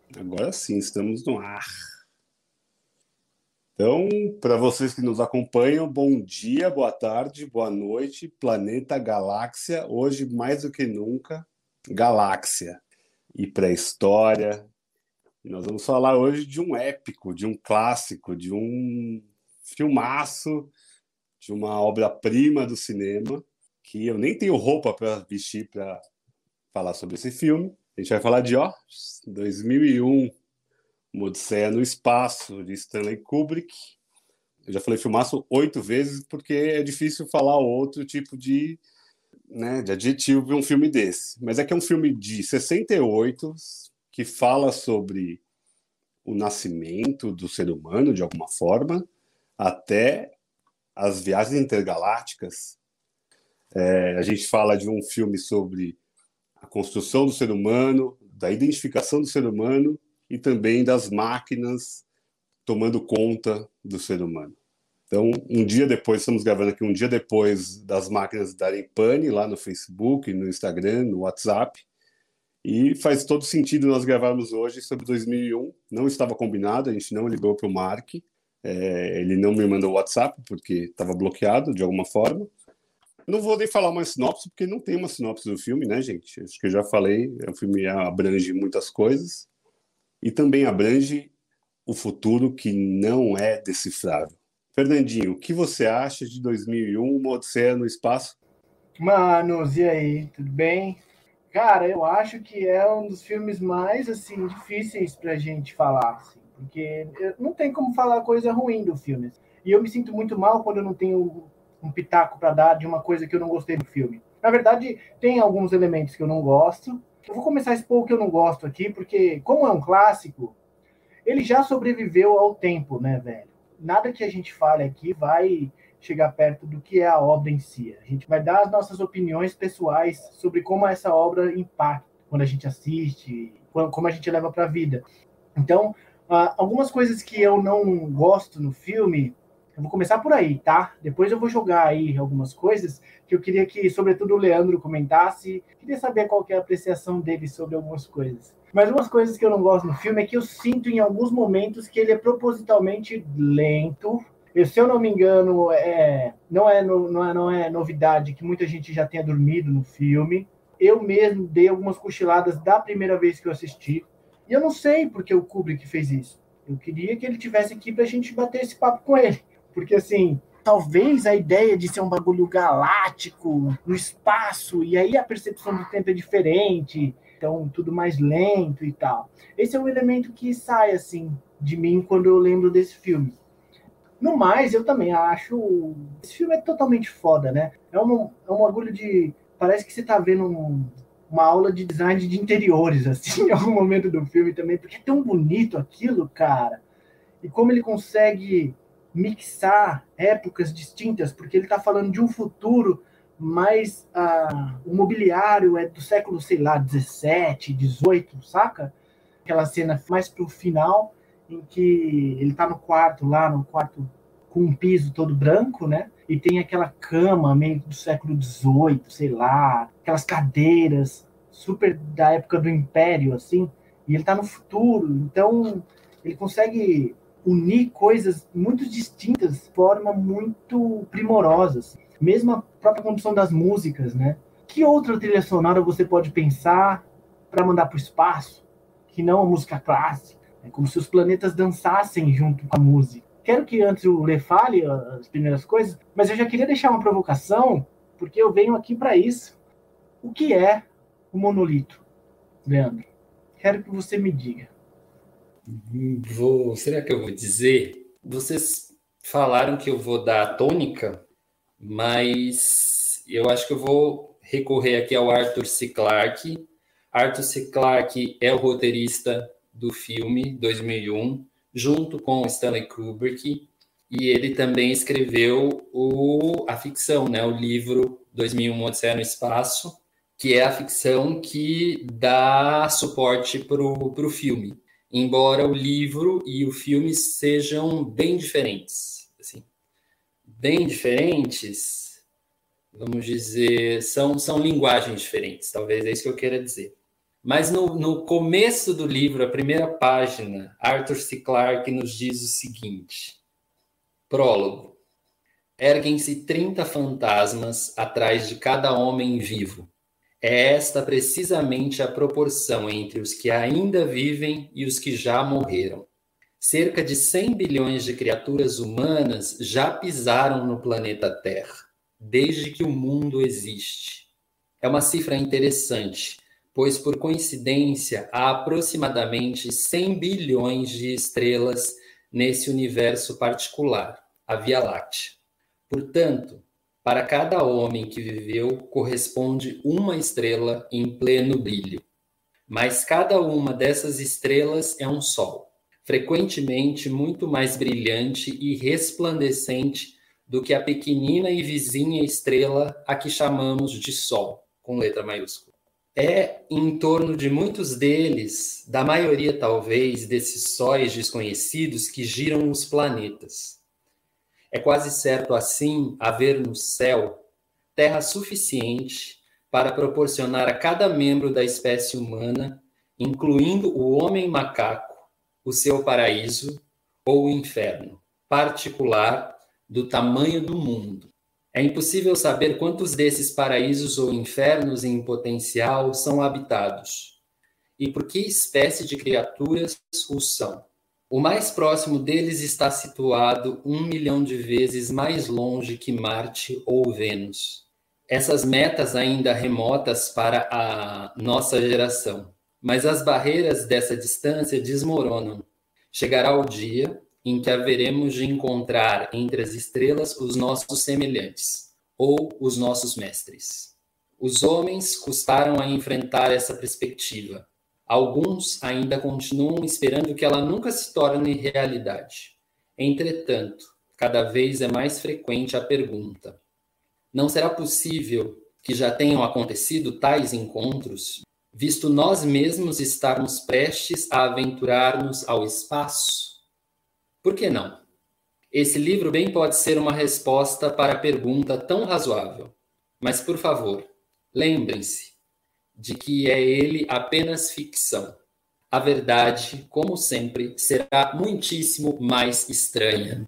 Agora sim, estamos no ar. Então, para vocês que nos acompanham, bom dia, boa tarde, boa noite, planeta Galáxia. Hoje, mais do que nunca, Galáxia e pré-história. E nós vamos falar hoje de um épico, de um clássico, de um filmaço, de uma obra-prima do cinema, que eu nem tenho roupa para vestir para falar sobre esse filme. A gente vai falar de, 2001. Uma Odisseia no Espaço, de Stanley Kubrick. Eu já falei filmaço 8 vezes, porque é difícil falar outro tipo de adjetivo de um filme desse. Mas é que é um filme de 68, que fala sobre o nascimento do ser humano, de alguma forma, até as viagens intergalácticas. A gente fala de um filme sobre a construção do ser humano, da identificação do ser humano e também das máquinas tomando conta do ser humano. Então, um dia depois, estamos gravando aqui um dia depois das máquinas darem pane lá no Facebook, no Instagram, no WhatsApp, e faz todo sentido nós gravarmos hoje sobre 2001. Não estava combinado, a gente não ligou para o Mark, ele não me mandou o WhatsApp porque estava bloqueado de alguma forma. Não vou nem falar uma sinopse, porque não tem uma sinopse do filme, né, gente? Acho que eu já falei, o filme abrange muitas coisas e também abrange o futuro que não é decifrável. Fernandinho, o que você acha de 2001, Uma Odisseia no Espaço? Manos, e aí, tudo bem? Cara, eu acho que é um dos filmes mais, assim, difíceis pra gente falar, assim, porque não tem como falar coisa ruim do filme. E eu me sinto muito mal quando eu não tenho um pitaco pra dar de uma coisa que eu não gostei do filme. Na verdade, tem alguns elementos que eu não gosto. Eu vou começar a expor o que eu não gosto aqui, porque, como é um clássico, ele já sobreviveu ao tempo, né, velho? Nada que a gente fale aqui vai chegar perto do que é a obra em si. A gente vai dar as nossas opiniões pessoais sobre como essa obra impacta quando a gente assiste, como a gente leva para a vida. Então, algumas coisas que eu não gosto no filme, eu vou começar por aí, tá? Depois eu vou jogar aí algumas coisas que eu queria que, sobretudo, o Leandro comentasse. Queria saber qual que é a apreciação dele sobre algumas coisas. Mas umas coisas que eu não gosto no filme é que eu sinto em alguns momentos que ele é propositalmente lento. Se eu não me engano, não é novidade que muita gente já tenha dormido no filme. Eu mesmo dei algumas cochiladas da primeira vez que eu assisti. E eu não sei porque o Kubrick fez isso. Eu queria que ele tivesse aqui pra gente bater esse papo com ele. Porque, assim, talvez a ideia de ser um bagulho galáctico, no espaço, e aí a percepção do tempo é diferente, então tudo mais lento e tal. Esse é um elemento que sai, assim, de mim quando eu lembro desse filme. No mais, eu também acho. Esse filme é totalmente foda, né? É um bagulho de. Parece que você tá vendo uma aula de design de interiores, assim, em algum momento do filme também, porque é tão bonito aquilo, cara. E como ele consegue mixar épocas distintas, porque ele tá falando de um futuro, mas o mobiliário é do século, sei lá, 17, 18, saca? Aquela cena mais pro final, em que ele tá no quarto lá, no quarto com um piso todo branco, né? E tem aquela cama meio do século XVIII, sei lá, aquelas cadeiras super da época do Império, assim. E ele tá no futuro, então ele consegue unir coisas muito distintas de forma muito primorosa. Assim. Mesmo a própria condução das músicas, né? Que outra trilha sonora você pode pensar para mandar para o espaço? Que não a música clássica. É como se os planetas dançassem junto com a música. Quero que antes o Lê fale as primeiras coisas, mas eu já queria deixar uma provocação, porque eu venho aqui para isso. O que é o monolito, Leandro? Quero que você me diga. Será que eu vou dizer? Vocês falaram que eu vou dar a tônica, mas eu acho que eu vou recorrer aqui ao Arthur C. Clarke. Arthur C. Clarke é o roteirista do filme 2001, junto com Stanley Kubrick, e ele também escreveu a ficção, né, o livro 2001, Odisseia no Espaço, que é a ficção que dá suporte para o filme. Embora o livro e o filme sejam bem diferentes. Assim, bem diferentes, vamos dizer, são linguagens diferentes, talvez é isso que eu queira dizer. Mas no começo do livro, a primeira página, Arthur C. Clarke nos diz o seguinte: prólogo. Erguem-se 30 fantasmas atrás de cada homem vivo. É esta precisamente a proporção entre os que ainda vivem e os que já morreram. Cerca de 100 bilhões de criaturas humanas já pisaram no planeta Terra, desde que o mundo existe. É uma cifra interessante, pois, por coincidência, há aproximadamente 100 bilhões de estrelas nesse universo particular, a Via Láctea. Portanto, para cada homem que viveu, corresponde uma estrela em pleno brilho. Mas cada uma dessas estrelas é um sol, frequentemente muito mais brilhante e resplandecente do que a pequenina e vizinha estrela a que chamamos de Sol, com letra maiúscula. É em torno de muitos deles, da maioria talvez, desses sóis desconhecidos que giram os planetas. É quase certo, assim, haver no céu terra suficiente para proporcionar a cada membro da espécie humana, incluindo o homem macaco, o seu paraíso ou o inferno, particular do tamanho do mundo. É impossível saber quantos desses paraísos ou infernos em potencial são habitados e por que espécie de criaturas os são. O mais próximo deles está situado 1 milhão de vezes mais longe que Marte ou Vênus. Essas metas ainda remotas para a nossa geração, mas as barreiras dessa distância desmoronam. Chegará o dia em que haveremos de encontrar entre as estrelas os nossos semelhantes, ou os nossos mestres. Os homens custaram a enfrentar essa perspectiva. Alguns ainda continuam esperando que ela nunca se torne realidade. Entretanto, cada vez é mais frequente a pergunta: não será possível que já tenham acontecido tais encontros, visto nós mesmos estarmos prestes a aventurar-nos ao espaço? Por que não? Esse livro bem pode ser uma resposta para a pergunta tão razoável. Mas, por favor, lembrem-se de que é ele apenas ficção. A verdade, como sempre, será muitíssimo mais estranha.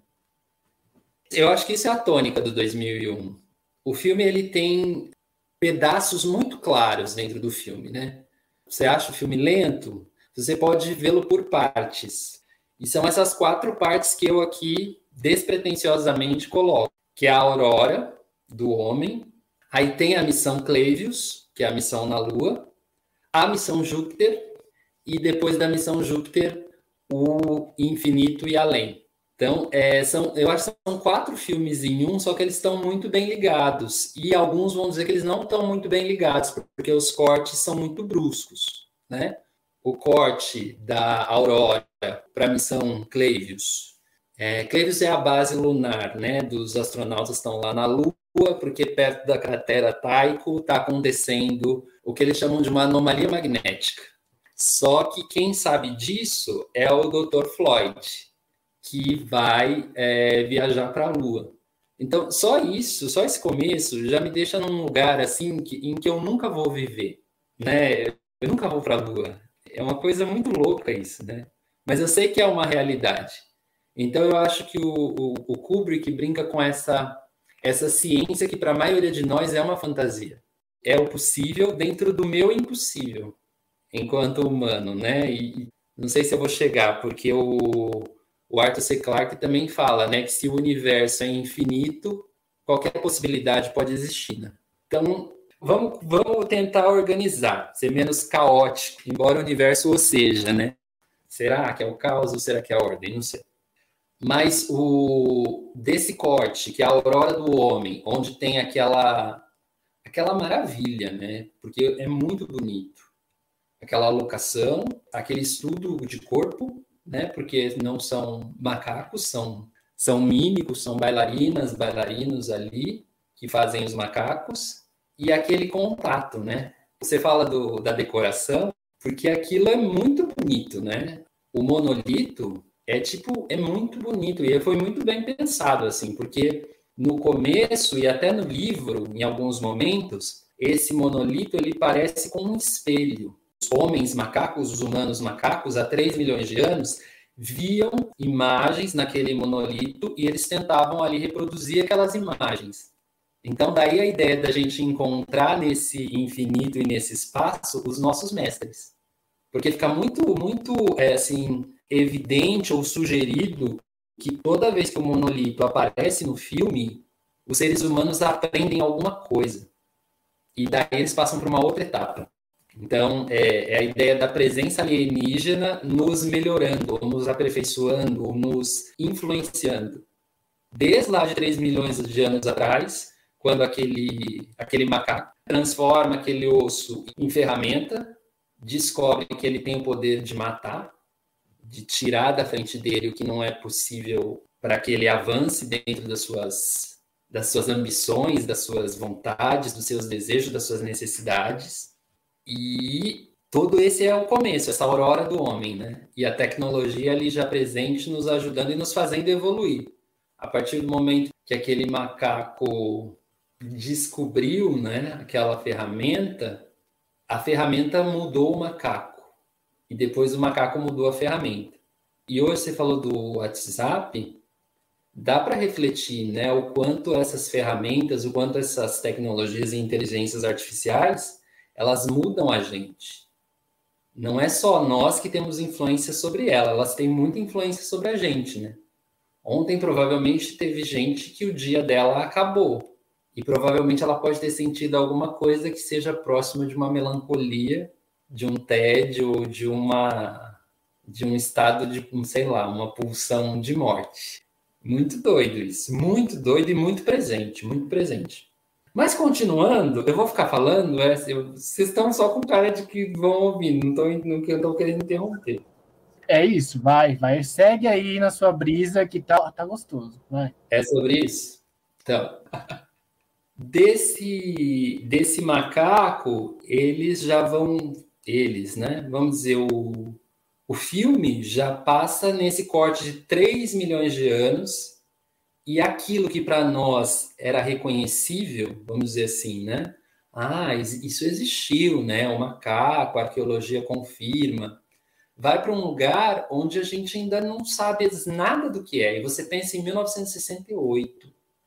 Eu acho que isso é a tônica do 2001. O filme ele tem pedaços muito claros dentro do filme, né? Você acha o filme lento? Você pode vê-lo por partes. E são essas 4 partes que eu aqui despretensiosamente coloco, que é a aurora do homem, aí tem a missão Clavius, que é a missão na Lua, a missão Júpiter, e depois da missão Júpiter, o infinito e além. Então, eu acho que são 4 filmes em um, só que eles estão muito bem ligados. E alguns vão dizer que eles não estão muito bem ligados, porque os cortes são muito bruscos, né? O corte da Aurora para a missão Clavius. Clavius é a base lunar, né? Dos astronautas estão lá na Lua, porque perto da cratera Tycho está acontecendo o que eles chamam de uma anomalia magnética. Só que quem sabe disso é o Dr. Floyd, que vai viajar para a Lua. Então, só esse começo já me deixa num lugar assim em que eu nunca vou viver, né? Eu nunca vou para a Lua. É uma coisa muito louca isso, né? Mas eu sei que é uma realidade. Então, eu acho que o Kubrick brinca com essa ciência que para a maioria de nós é uma fantasia. É o possível dentro do meu impossível, enquanto humano, né? E não sei se eu vou chegar, porque o Arthur C. Clarke também fala, né, que se o universo é infinito, qualquer possibilidade pode existir, né? Então, vamos tentar organizar, ser menos caótico, embora o universo o seja, né? Será que é o caos ou será que é a ordem? Não sei. Mas desse corte, que é a aurora do homem, onde tem aquela maravilha, né? Porque é muito bonito. Aquela locação, aquele estudo de corpo, né? Porque não são macacos, são mímicos, são bailarinos ali que fazem os macacos, e aquele contato, né? Você fala da decoração, porque aquilo é muito bonito, né? O monolito é muito bonito e foi muito bem pensado, assim, porque no começo e até no livro, em alguns momentos, esse monolito ele parece com um espelho. homens macacos, os humanos macacos, há 3 milhões de anos, viam imagens naquele monolito e eles tentavam ali reproduzir aquelas imagens. Então, daí a ideia da gente encontrar nesse infinito e nesse espaço os nossos mestres. Porque fica muito assim, evidente ou sugerido que toda vez que o monolito aparece no filme, os seres humanos aprendem alguma coisa. E daí eles passam para uma outra etapa. Então, é a ideia da presença alienígena nos melhorando, ou nos aperfeiçoando, ou nos influenciando. Desde lá de 3 milhões de anos atrás, quando aquele macaco transforma aquele osso em ferramenta, descobre que ele tem o poder de matar, de tirar da frente dele o que não é possível para que ele avance dentro das suas ambições, das suas vontades, dos seus desejos, das suas necessidades. E todo esse é o começo, essa aurora do homem, né? E a tecnologia ali já presente nos ajudando e nos fazendo evoluir. A partir do momento que aquele macaco descobriu, né, aquela ferramenta, a ferramenta mudou o macaco. E depois o macaco mudou a ferramenta. E hoje você falou do WhatsApp, dá para refletir, né, o quanto essas ferramentas, o quanto essas tecnologias e inteligências artificiais, elas mudam a gente. Não é só nós que temos influência sobre ela, elas têm muita influência sobre a gente, né? Ontem, provavelmente, teve gente que o dia dela acabou. E provavelmente ela pode ter sentido alguma coisa que seja próxima de uma melancolia, de um tédio, de um estado de, sei lá, uma pulsão de morte. Muito doido isso. Muito doido e muito presente, muito presente. Mas continuando, eu vou ficar falando, vocês estão só com cara de que vão ouvir, não estou querendo interromper. É isso, vai, segue aí na sua brisa que tá gostoso, vai. É sobre isso? Então, desse macaco, né? Vamos dizer, o filme já passa nesse corte de 3 milhões de anos e aquilo que para nós era reconhecível, vamos dizer assim, né? Isso existiu, né? O macaco, a arqueologia confirma. Vai para um lugar onde a gente ainda não sabe nada do que é. E você pensa em 1968.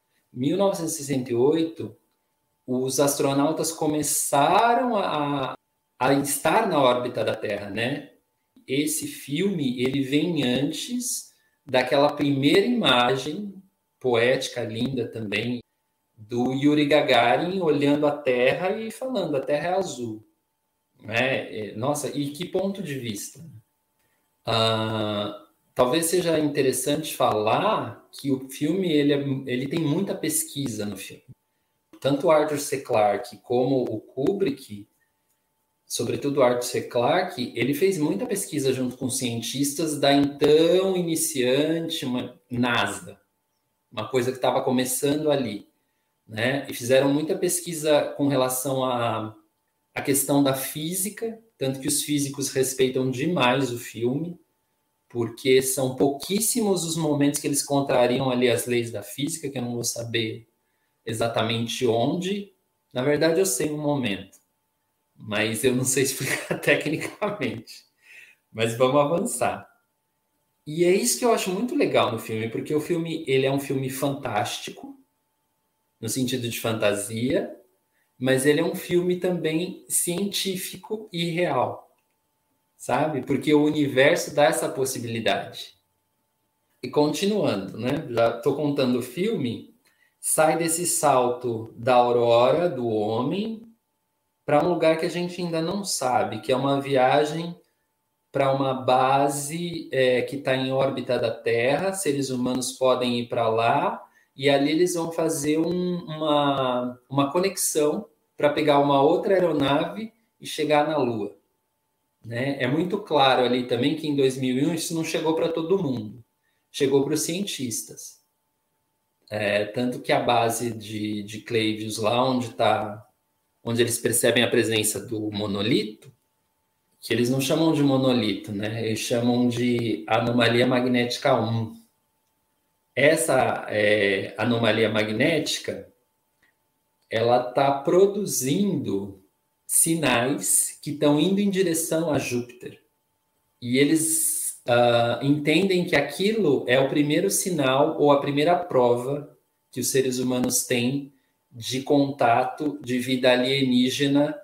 1968, os astronautas começaram a estar na órbita da Terra, né? Esse filme, ele vem antes daquela primeira imagem poética, linda também, do Yuri Gagarin olhando a Terra e falando, a Terra é azul. Né? Nossa, e que ponto de vista. Talvez seja interessante falar que o filme ele tem muita pesquisa no filme. Tanto o Arthur C. Clarke como o Kubrick, sobretudo o Arthur C. Clarke, ele fez muita pesquisa junto com cientistas da então iniciante NASA, uma coisa que estava começando ali, né? E fizeram muita pesquisa com relação à questão da física, tanto que os físicos respeitam demais o filme, porque são pouquíssimos os momentos que eles contrariam ali as leis da física, que eu não vou saber exatamente onde. Na verdade, eu sei um momento, mas eu não sei explicar tecnicamente. Mas vamos avançar. E é isso que eu acho muito legal no filme, porque o filme ele é um filme fantástico, no sentido de fantasia, mas ele é um filme também científico e real, sabe? Porque o universo dá essa possibilidade. E continuando, né? Já estou contando o filme, sai desse salto da aurora do homem para um lugar que a gente ainda não sabe, que é uma viagem para uma base que está em órbita da Terra, seres humanos podem ir para lá, e ali eles vão fazer uma conexão para pegar uma outra aeronave e chegar na Lua. Né? É muito claro ali também que em 2001 isso não chegou para todo mundo, chegou para os cientistas. Tanto que a base de Clavius, lá onde eles percebem a presença do monolito, que eles não chamam de monolito, né? Eles chamam de anomalia magnética 1. Essa anomalia magnética, ela está produzindo sinais que estão indo em direção a Júpiter. E eles entendem que aquilo é o primeiro sinal ou a primeira prova que os seres humanos têm de contato de vida alienígena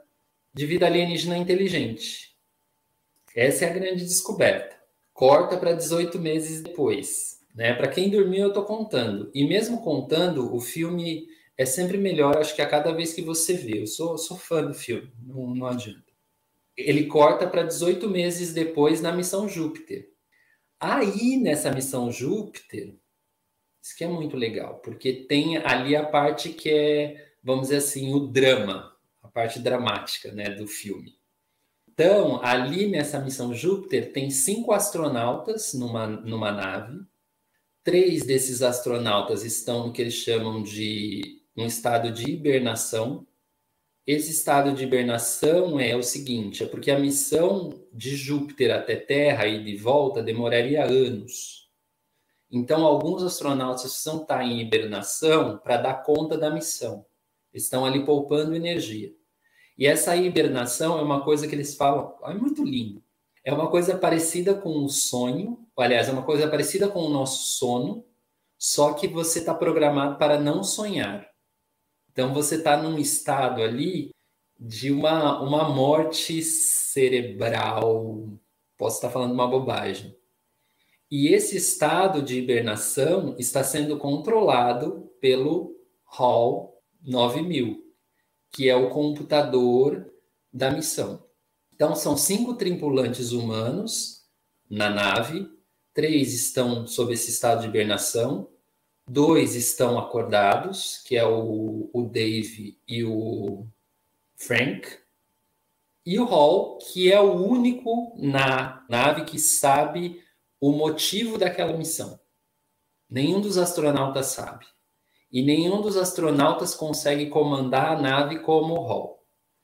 inteligente. Essa é a grande descoberta. Corta para 18 meses depois. Né? Para quem dormiu, eu estou contando. E mesmo contando, o filme é sempre melhor, acho que a cada vez que você vê. Eu sou fã do filme, não adianta. Ele corta para 18 meses depois na missão Júpiter. Aí, nessa missão Júpiter, isso que é muito legal, porque tem ali a parte que é, vamos dizer assim, o drama, a parte dramática, né, do filme. Então, ali nessa missão Júpiter, tem 5 astronautas numa nave. 3 desses astronautas estão no que eles chamam de um estado de hibernação. Esse estado de hibernação é o seguinte, é porque a missão de Júpiter até Terra e de volta demoraria anos. Então, alguns astronautas precisam estar em hibernação para dar conta da missão. Eles estão ali poupando energia. E essa hibernação é uma coisa que eles falam, é muito lindo. É uma coisa parecida com o sonho, aliás, é uma coisa parecida com o nosso sono, só que você está programado para não sonhar. Então, você está num estado ali de uma morte cerebral. Posso estar falando uma bobagem. E esse estado de hibernação está sendo controlado pelo HAL 9000, que é o computador da missão. Então, são 5 tripulantes humanos na nave, 3 estão sob esse estado de hibernação, 2 estão acordados, que é o Dave e o Frank, e o Hall, que é o único na nave que sabe o motivo daquela missão. Nenhum dos astronautas sabe. E nenhum dos astronautas consegue comandar a nave como o Hall.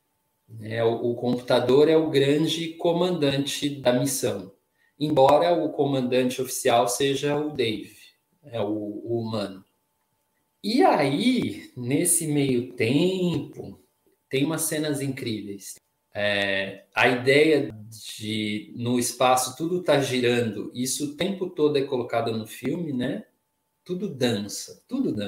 O computador é o grande comandante da missão, embora o comandante oficial seja o Dave, o humano. E aí, nesse meio tempo, tem umas cenas incríveis. A ideia de no espaço tudo está girando, isso o tempo todo é colocado no filme, né? Tudo dança.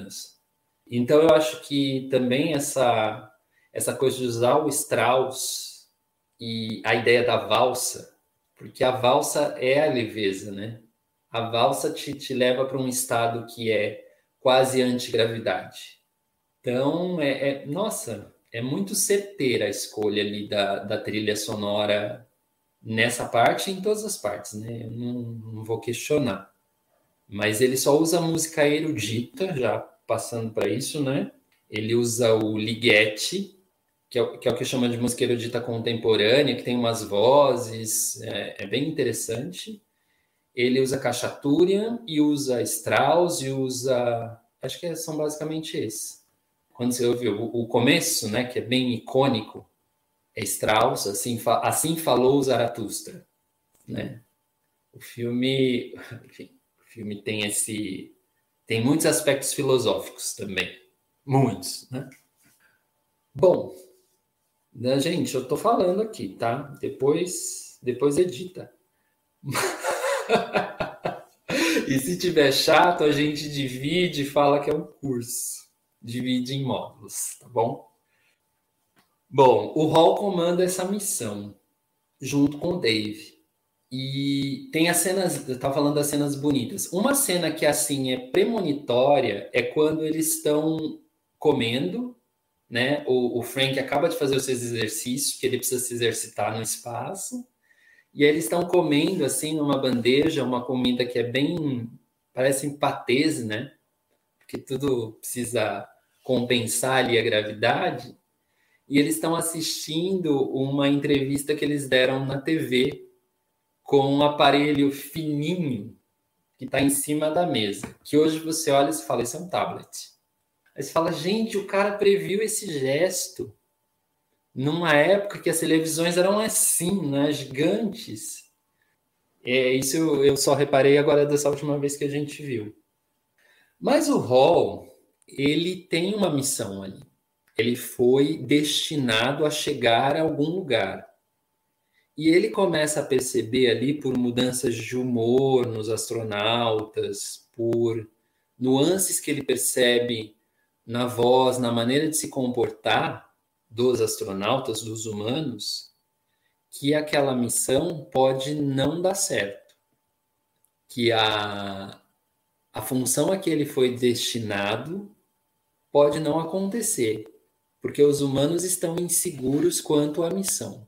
Então eu acho que também essa coisa de usar o Strauss e a ideia da valsa, porque a valsa é a leveza, né? A valsa te leva para um estado que é quase antigravidade. Então, nossa, é muito certeira a escolha ali da trilha sonora nessa parte e em todas as partes, né? Eu não vou questionar. Mas ele só usa música erudita, já passando para isso, né? Ele usa o Ligeti, que é o que chama de música erudita contemporânea, que tem umas vozes, é bem interessante. Ele usa Khachaturian e usa Strauss e usa... Acho que são basicamente esses. Quando você ouve o começo, né, que é bem icônico, é Strauss, assim falou Zaratustra, né? O filme, enfim, tem muitos aspectos filosóficos também, muitos, né? Bom, gente, eu tô falando aqui, tá? Depois edita. E se tiver chato, a gente divide e fala que é um curso. Divide em módulos, tá bom? Bom, o Hall comanda essa missão, junto com o Dave. E tem as cenas, eu estava falando das cenas bonitas. Uma cena que, assim, é premonitória é quando eles estão comendo, né? O Frank acaba de fazer os seus exercícios, que ele precisa se exercitar no espaço. E aí eles estão comendo, assim, numa bandeja, uma comida que é bem... parece patês, né? Porque tudo precisa compensar ali a gravidade. E eles estão assistindo uma entrevista que eles deram na TV com um aparelho fininho que está em cima da mesa. Que hoje você olha e fala, isso é um tablet. Aí você fala, gente, o cara previu esse gesto numa época que as televisões eram assim, né, gigantes. Isso eu só reparei agora dessa última vez que a gente viu. Mas o Hall, ele tem uma missão ali. ele foi destinado a chegar a algum lugar. E ele começa a perceber ali, por mudanças de humor nos astronautas, por nuances que ele percebe na voz, na maneira de se comportar dos astronautas, dos humanos, que aquela missão pode não dar certo. Que a função a que ele foi destinado pode não acontecer, porque os humanos estão inseguros quanto à missão.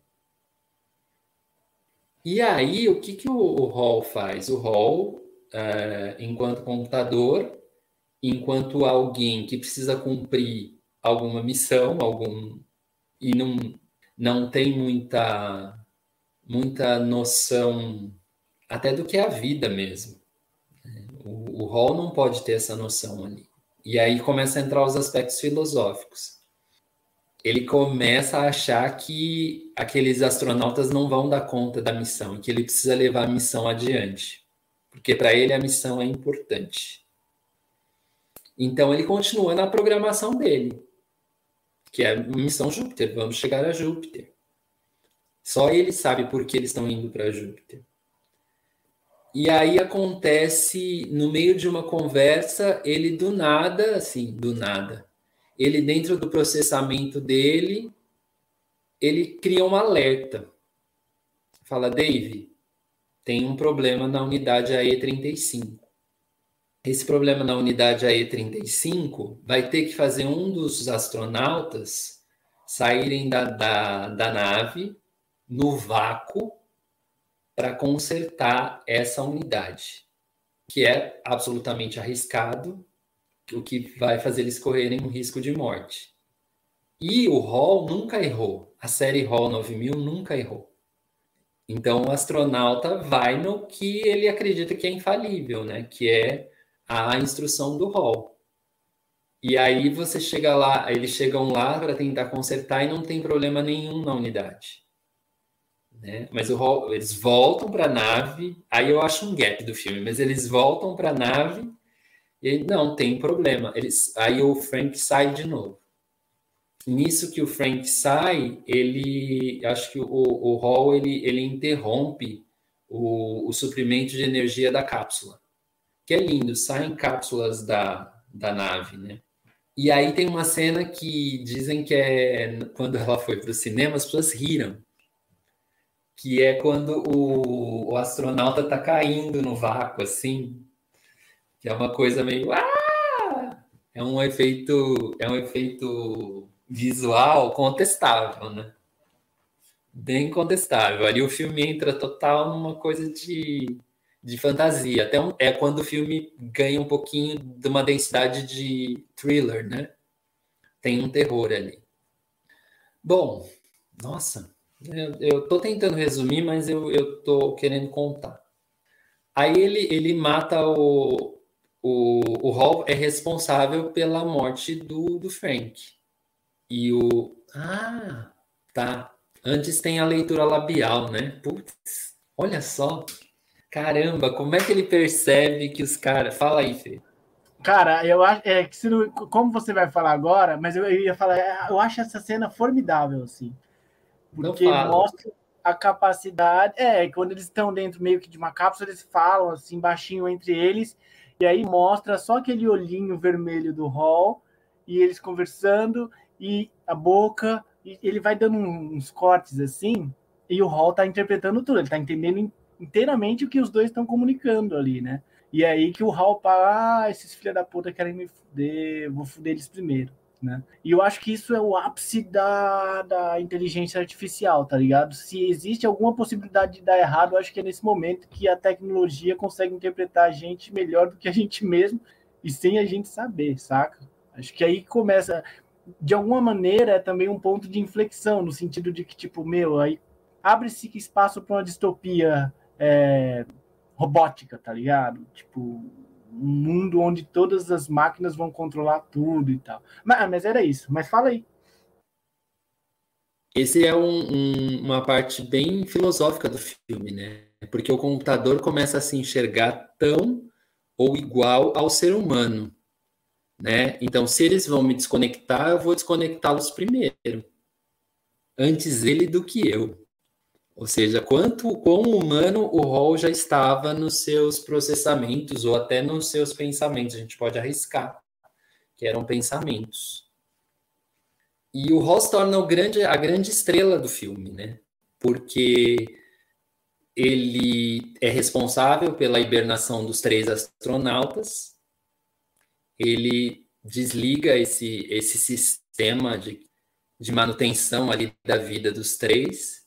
E aí, o que o Hall faz? O Hall, enquanto computador, enquanto alguém que precisa cumprir alguma missão, e não tem muita noção até do que é a vida mesmo. O Hall não pode ter essa noção ali. E aí começa a entrar os aspectos filosóficos. Ele começa a achar que aqueles astronautas não vão dar conta da missão, que ele precisa levar a missão adiante, porque para ele a missão é importante. Então ele continua na programação dele, que é a missão Júpiter, vamos chegar a Júpiter. Só ele sabe por que eles estão indo para Júpiter. E aí acontece, no meio de uma conversa, ele do nada, ele dentro do processamento dele, ele cria um alerta. Fala, Dave, tem um problema na unidade AE35. Esse problema na unidade AE35 vai ter que fazer um dos astronautas saírem da nave no vácuo para consertar essa unidade, que é absolutamente arriscado, o que vai fazer eles correrem um risco de morte. E o Hall nunca errou. A série Hall 9000 nunca errou. Então o astronauta vai no que ele acredita que é infalível, né? Que é a instrução do Hall. E aí você chega lá, eles chegam lá para tentar consertar e não tem problema nenhum na unidade. Né? Mas eles voltam para a nave, aí eu acho um gap do filme, mas eles voltam para a nave e não tem problema. Aí o Frank sai de novo. Nisso que o Frank sai, acho que o Hall ele interrompe o suprimento de energia da cápsula, que é lindo, saem cápsulas da nave, né? E aí tem uma cena que dizem que quando ela foi para o cinema, as pessoas riram, que é quando o astronauta está caindo no vácuo, assim, que é uma coisa meio... É um efeito visual contestável, né? Bem contestável. Ali o filme entra total numa coisa de fantasia. Até é quando o filme ganha um pouquinho de uma densidade de thriller, né? Tem um terror ali. Bom, nossa... Eu tô tentando resumir, mas eu tô querendo contar. Aí ele mata o Hall é responsável pela morte do Frank. E tá. Antes tem a leitura labial, né? Putz, olha só. Caramba, como é que ele percebe que os caras... Fala aí, Fê. Cara, eu acho que como você vai falar agora, mas eu ia falar, eu acho essa cena formidável, assim. Porque mostra a capacidade... quando eles estão dentro meio que de uma cápsula, eles falam assim, baixinho entre eles, e aí mostra só aquele olhinho vermelho do Hall, e eles conversando, e a boca, e ele vai dando uns cortes assim, e o Hall tá interpretando tudo, ele tá entendendo inteiramente o que os dois estão comunicando ali, né? E é aí que o Hall fala, esses filha da puta querem me fuder, vou fuder eles primeiro. Né? E eu acho que isso é o ápice da inteligência artificial, tá ligado? Se existe alguma possibilidade de dar errado, eu acho que é nesse momento que a tecnologia consegue interpretar a gente melhor do que a gente mesmo e sem a gente saber, saca? Acho que aí começa, de alguma maneira, é também um ponto de inflexão, no sentido de que, tipo, aí abre-se espaço para uma distopia robótica, tá ligado? Tipo... um mundo onde todas as máquinas vão controlar tudo e tal. Mas era isso. Mas fala aí. Esse é uma parte bem filosófica do filme, né? Porque o computador começa a se enxergar tão ou igual ao ser humano. né? Então, se eles vão me desconectar, eu vou desconectá-los primeiro, antes ele do que eu. Ou seja, quão humano o Hall já estava nos seus processamentos ou até nos seus pensamentos. A gente pode arriscar que eram pensamentos. E o Hall se torna a grande estrela do filme, né? Porque ele é responsável pela hibernação dos 3 astronautas, ele desliga esse sistema de manutenção ali da vida dos 3.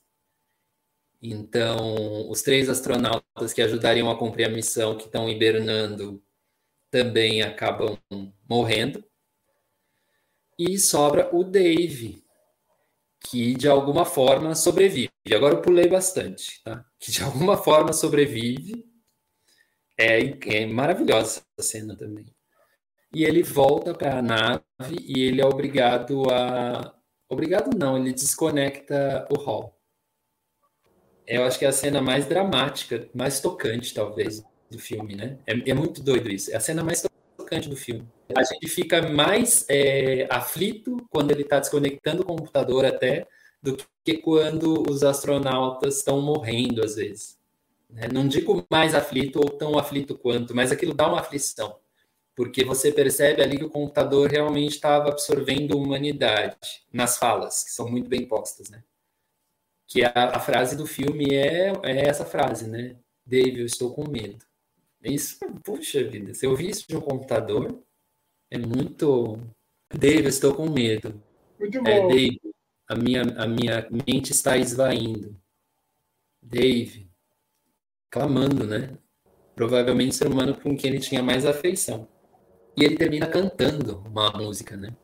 Então, os 3 astronautas que ajudariam a cumprir a missão, que estão hibernando, também acabam morrendo. E sobra o Dave, que de alguma forma sobrevive. Agora eu pulei bastante, tá? Que de alguma forma sobrevive. É maravilhosa essa cena também. E ele volta para a nave e ele é obrigado a... Obrigado não, ele desconecta o Hall. Eu acho que é a cena mais dramática, mais tocante, talvez, do filme, né? É muito doido isso. É a cena mais tocante do filme. A gente fica mais aflito quando ele está desconectando o computador até do que quando os astronautas estão morrendo, às vezes. Não digo mais aflito ou tão aflito quanto, mas aquilo dá uma aflição. Porque você percebe ali que o computador realmente estava absorvendo humanidade nas falas, que são muito bem postas, né? Que a frase do filme é essa frase, né? Dave, eu estou com medo. Isso, puxa vida, se eu ouvir isso de um computador, é muito... Dave, eu estou com medo. Muito bom. Dave, a minha mente está esvaindo. Dave, clamando, né? Provavelmente o ser humano com quem ele tinha mais afeição. E ele termina cantando uma música, né?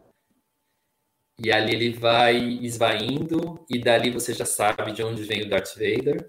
E ali ele vai esvaindo, e dali você já sabe de onde vem o Darth Vader.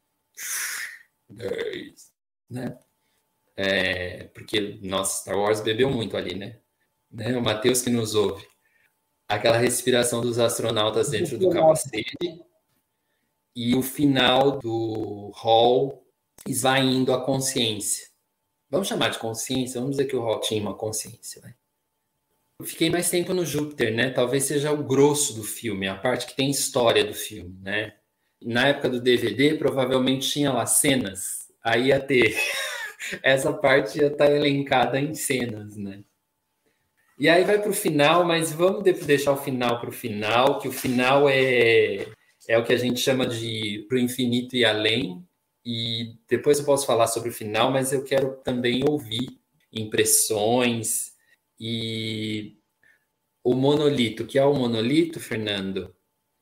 Né? Porque, nossa, Star Wars bebeu muito ali, né? O Matheus que nos ouve. Aquela respiração dos astronautas dentro do capacete e o final do Hall esvaindo a consciência. Vamos chamar de consciência? Vamos dizer que o Hall tinha uma consciência, né? Eu fiquei mais tempo no Júpiter, né? Talvez seja o grosso do filme, a parte que tem história do filme, né? Na época do DVD, provavelmente tinha lá cenas. Aí ia ter... Essa parte ia estar elencada em cenas, né? E aí vai para o final, mas vamos deixar o final para o final, que o final é o que a gente chama de pro infinito e além. E depois eu posso falar sobre o final, mas eu quero também ouvir impressões e o monolito. O que é o monolito, Fernando?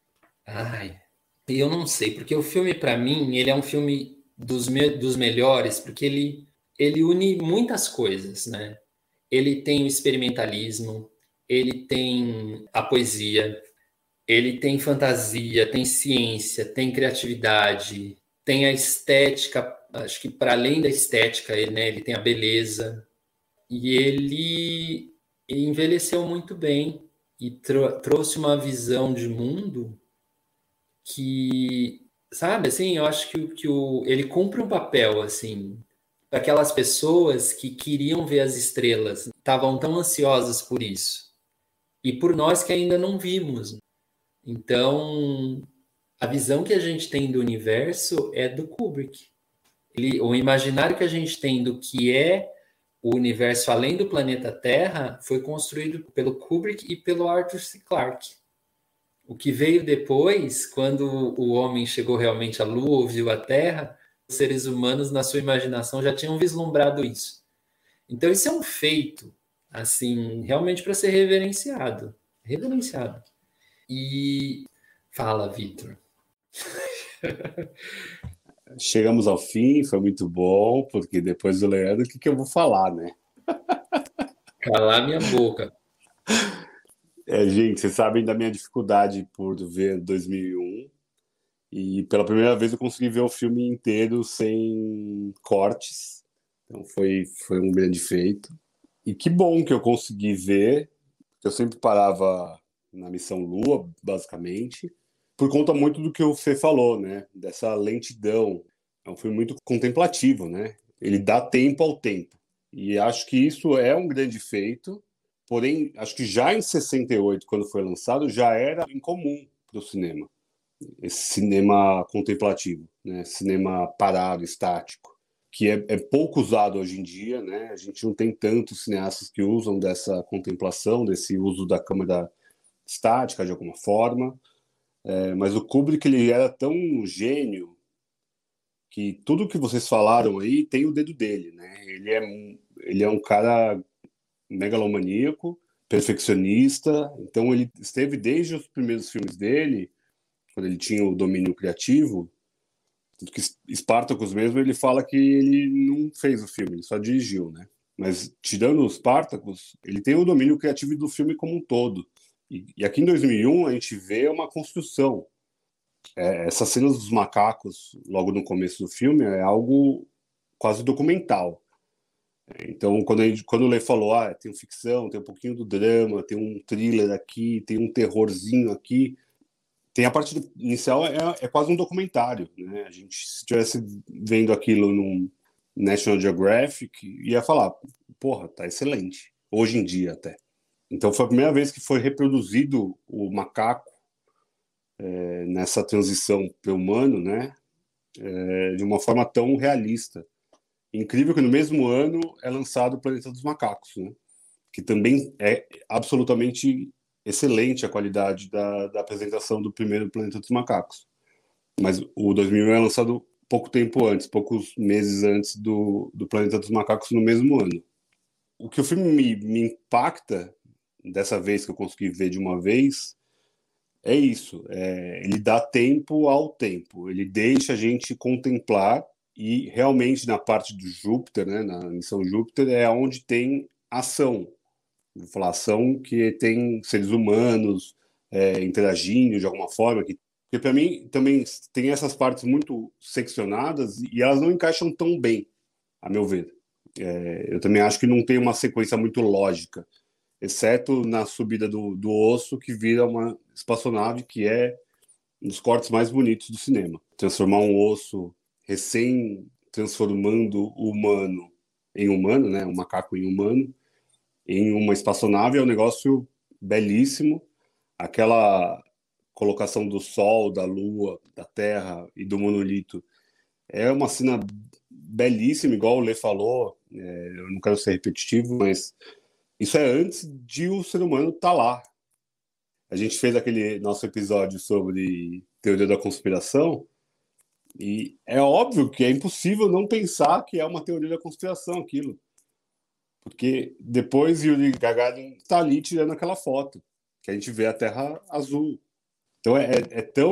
Eu não sei, porque o filme, para mim, ele é um filme dos melhores, porque ele une muitas coisas, né? Ele tem o experimentalismo, ele tem a poesia, ele tem fantasia, tem ciência, tem criatividade, tem a estética, acho que para além da estética, ele tem a beleza, e ele envelheceu muito bem e trouxe uma visão de mundo que, sabe, assim, eu acho que ele cumpre um papel, assim, para aquelas pessoas que queriam ver as estrelas, estavam tão ansiosas por isso. E por nós que ainda não vimos. Então, a visão que a gente tem do universo é do Kubrick. O imaginário que a gente tem do que é o universo além do planeta Terra foi construído pelo Kubrick e pelo Arthur C. Clarke. O que veio depois, quando o homem chegou realmente à Lua, ou viu a Terra, os seres humanos, na sua imaginação, já tinham vislumbrado isso. Então, isso é um feito, assim, realmente para ser reverenciado. Reverenciado. E fala, Vitor. Chegamos ao fim, foi muito bom, porque depois do Leandro, o que eu vou falar, né? Calar minha boca. Gente, vocês sabem da minha dificuldade por ver 2001, e pela primeira vez eu consegui ver o filme inteiro sem cortes, então foi um grande feito. E que bom que eu consegui ver, eu sempre parava na Missão Lua, basicamente, por conta muito do que o Fê falou, né? Dessa lentidão. É um filme muito contemplativo, né? Ele dá tempo ao tempo. E acho que isso é um grande feito. Porém, acho que já em 68, quando foi lançado, já era incomum para o cinema. Esse cinema contemplativo, né? Cinema parado, estático, que é pouco usado hoje em dia, né? A gente não tem tantos cineastas que usam dessa contemplação, desse uso da câmera estática, de alguma forma. Mas o Kubrick, ele era tão gênio que tudo que vocês falaram aí tem o dedo dele, né? Ele é um cara megalomaníaco, perfeccionista, então ele esteve desde os primeiros filmes dele, quando ele tinha o domínio criativo, tanto que Spartacus mesmo, ele fala que ele não fez o filme, ele só dirigiu, né? Mas tirando os Spartacus, ele tem o domínio criativo do filme como um todo. E aqui em 2001 a gente vê uma construção. Essas cenas dos macacos, logo no começo do filme, é algo quase documental. Então, quando o Lê falou, tem ficção, tem um pouquinho do drama, tem um thriller aqui, tem um terrorzinho aqui, tem a parte inicial, é quase um documentário, né? A gente, se estivesse vendo aquilo num National Geographic, ia falar, porra, tá excelente. Hoje em dia, até. Então, foi a primeira vez que foi reproduzido o macaco nessa transição para o humano, né? De uma forma tão realista. Incrível que no mesmo ano é lançado o Planeta dos Macacos, né? Que também é absolutamente excelente a qualidade da apresentação do primeiro Planeta dos Macacos. Mas o 2001 é lançado pouco tempo antes, poucos meses antes do Planeta dos Macacos, no mesmo ano. O que o filme me impacta, dessa vez que eu consegui ver de uma vez, é isso. Ele dá tempo ao tempo. Ele deixa a gente contemplar e realmente na parte do Júpiter, né, na missão Júpiter, é onde tem ação. Vou falar ação que tem seres humanos interagindo de alguma forma. Porque para mim também tem essas partes muito seccionadas e elas não encaixam tão bem, a meu ver. Eu também acho que não tem uma sequência muito lógica, exceto na subida do osso, que vira uma espaçonave, que é um dos cortes mais bonitos do cinema. Transformar um osso recém-transformando o humano em humano, né, um macaco em humano, em uma espaçonave é um negócio belíssimo. Aquela colocação do Sol, da Lua, da Terra e do monolito é uma cena belíssima, igual o Lê falou. Eu não quero ser repetitivo, mas isso é antes de o ser humano estar lá. A gente fez aquele nosso episódio sobre teoria da conspiração e é óbvio que é impossível não pensar que é uma teoria da conspiração aquilo. Porque depois Yuri Gagarin está ali tirando aquela foto, que a gente vê a Terra azul. Então é tão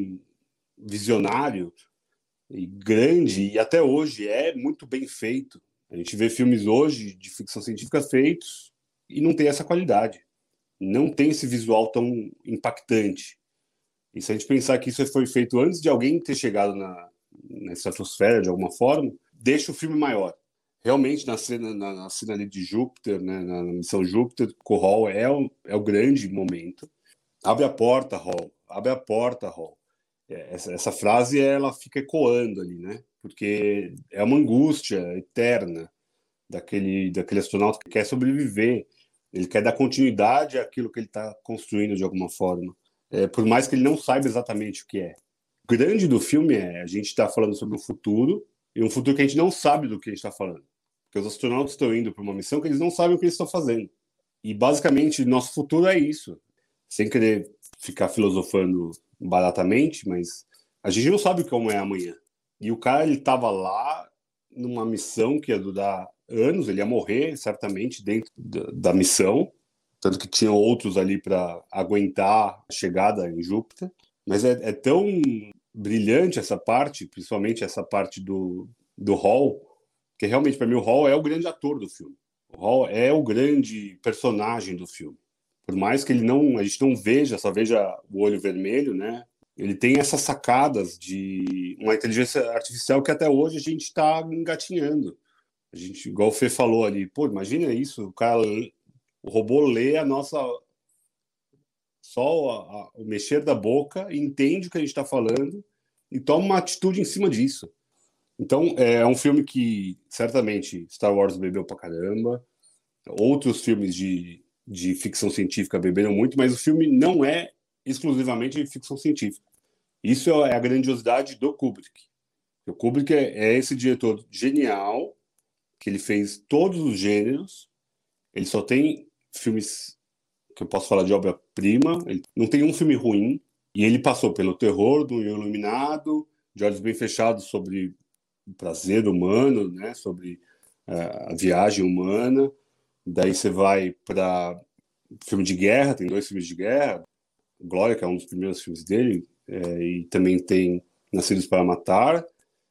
visionário e grande, e até hoje é muito bem feito. A gente vê filmes hoje de ficção científica feitos e não tem essa qualidade. Não tem esse visual tão impactante. E se a gente pensar que isso foi feito antes de alguém ter chegado na estratosfera de alguma forma, deixa o filme maior. Realmente, na cena ali de Júpiter, né, na missão Júpiter, com o Hall é o grande momento. Abre a porta, Hall. Abre a porta, Hall. Essa frase, ela fica ecoando ali, né? Porque é uma angústia eterna daquele astronauta que quer sobreviver. Ele quer dar continuidade àquilo que ele está construindo de alguma forma. Por mais que ele não saiba exatamente o que é. O grande do filme a gente está falando sobre o futuro, e um futuro que a gente não sabe do que a gente está falando. Porque os astronautas estão indo para uma missão que eles não sabem o que eles estão fazendo. E, basicamente, nosso futuro é isso. Sem querer ficar filosofando baratamente, mas a gente não sabe como é amanhã. E o cara, ele estava lá numa missão que ia durar anos, ele ia morrer, certamente, dentro da missão. Tanto que tinha outros ali para aguentar a chegada em Júpiter. Mas é tão brilhante essa parte, principalmente essa parte do Hall, que realmente, para mim, o Hall é o grande ator do filme. O Hall é o grande personagem do filme. Por mais que a gente não veja, só veja o olho vermelho, né? Ele tem essas sacadas de uma inteligência artificial que até hoje a gente está engatinhando. A gente, igual o Fê falou ali, pô, imagina isso, o robô lê a nossa... Só o mexer da boca, entende o que a gente está falando e toma uma atitude em cima disso. Então, é um filme que, certamente, Star Wars bebeu pra caramba. Outros filmes de de ficção científica beberam muito, mas o filme não é exclusivamente de ficção científica. Isso é a grandiosidade do Kubrick. O Kubrick é esse diretor genial, que ele fez todos os gêneros, ele só tem filmes que eu posso falar de obra-prima, ele não tem um filme ruim, e ele passou pelo terror do Iluminado, de Olhos Bem Fechados, sobre o prazer humano, né, sobre a viagem humana. Daí você vai para filme de guerra, tem 2 filmes de guerra, Glória, que é um dos primeiros filmes dele, e também tem Nascidos para Matar.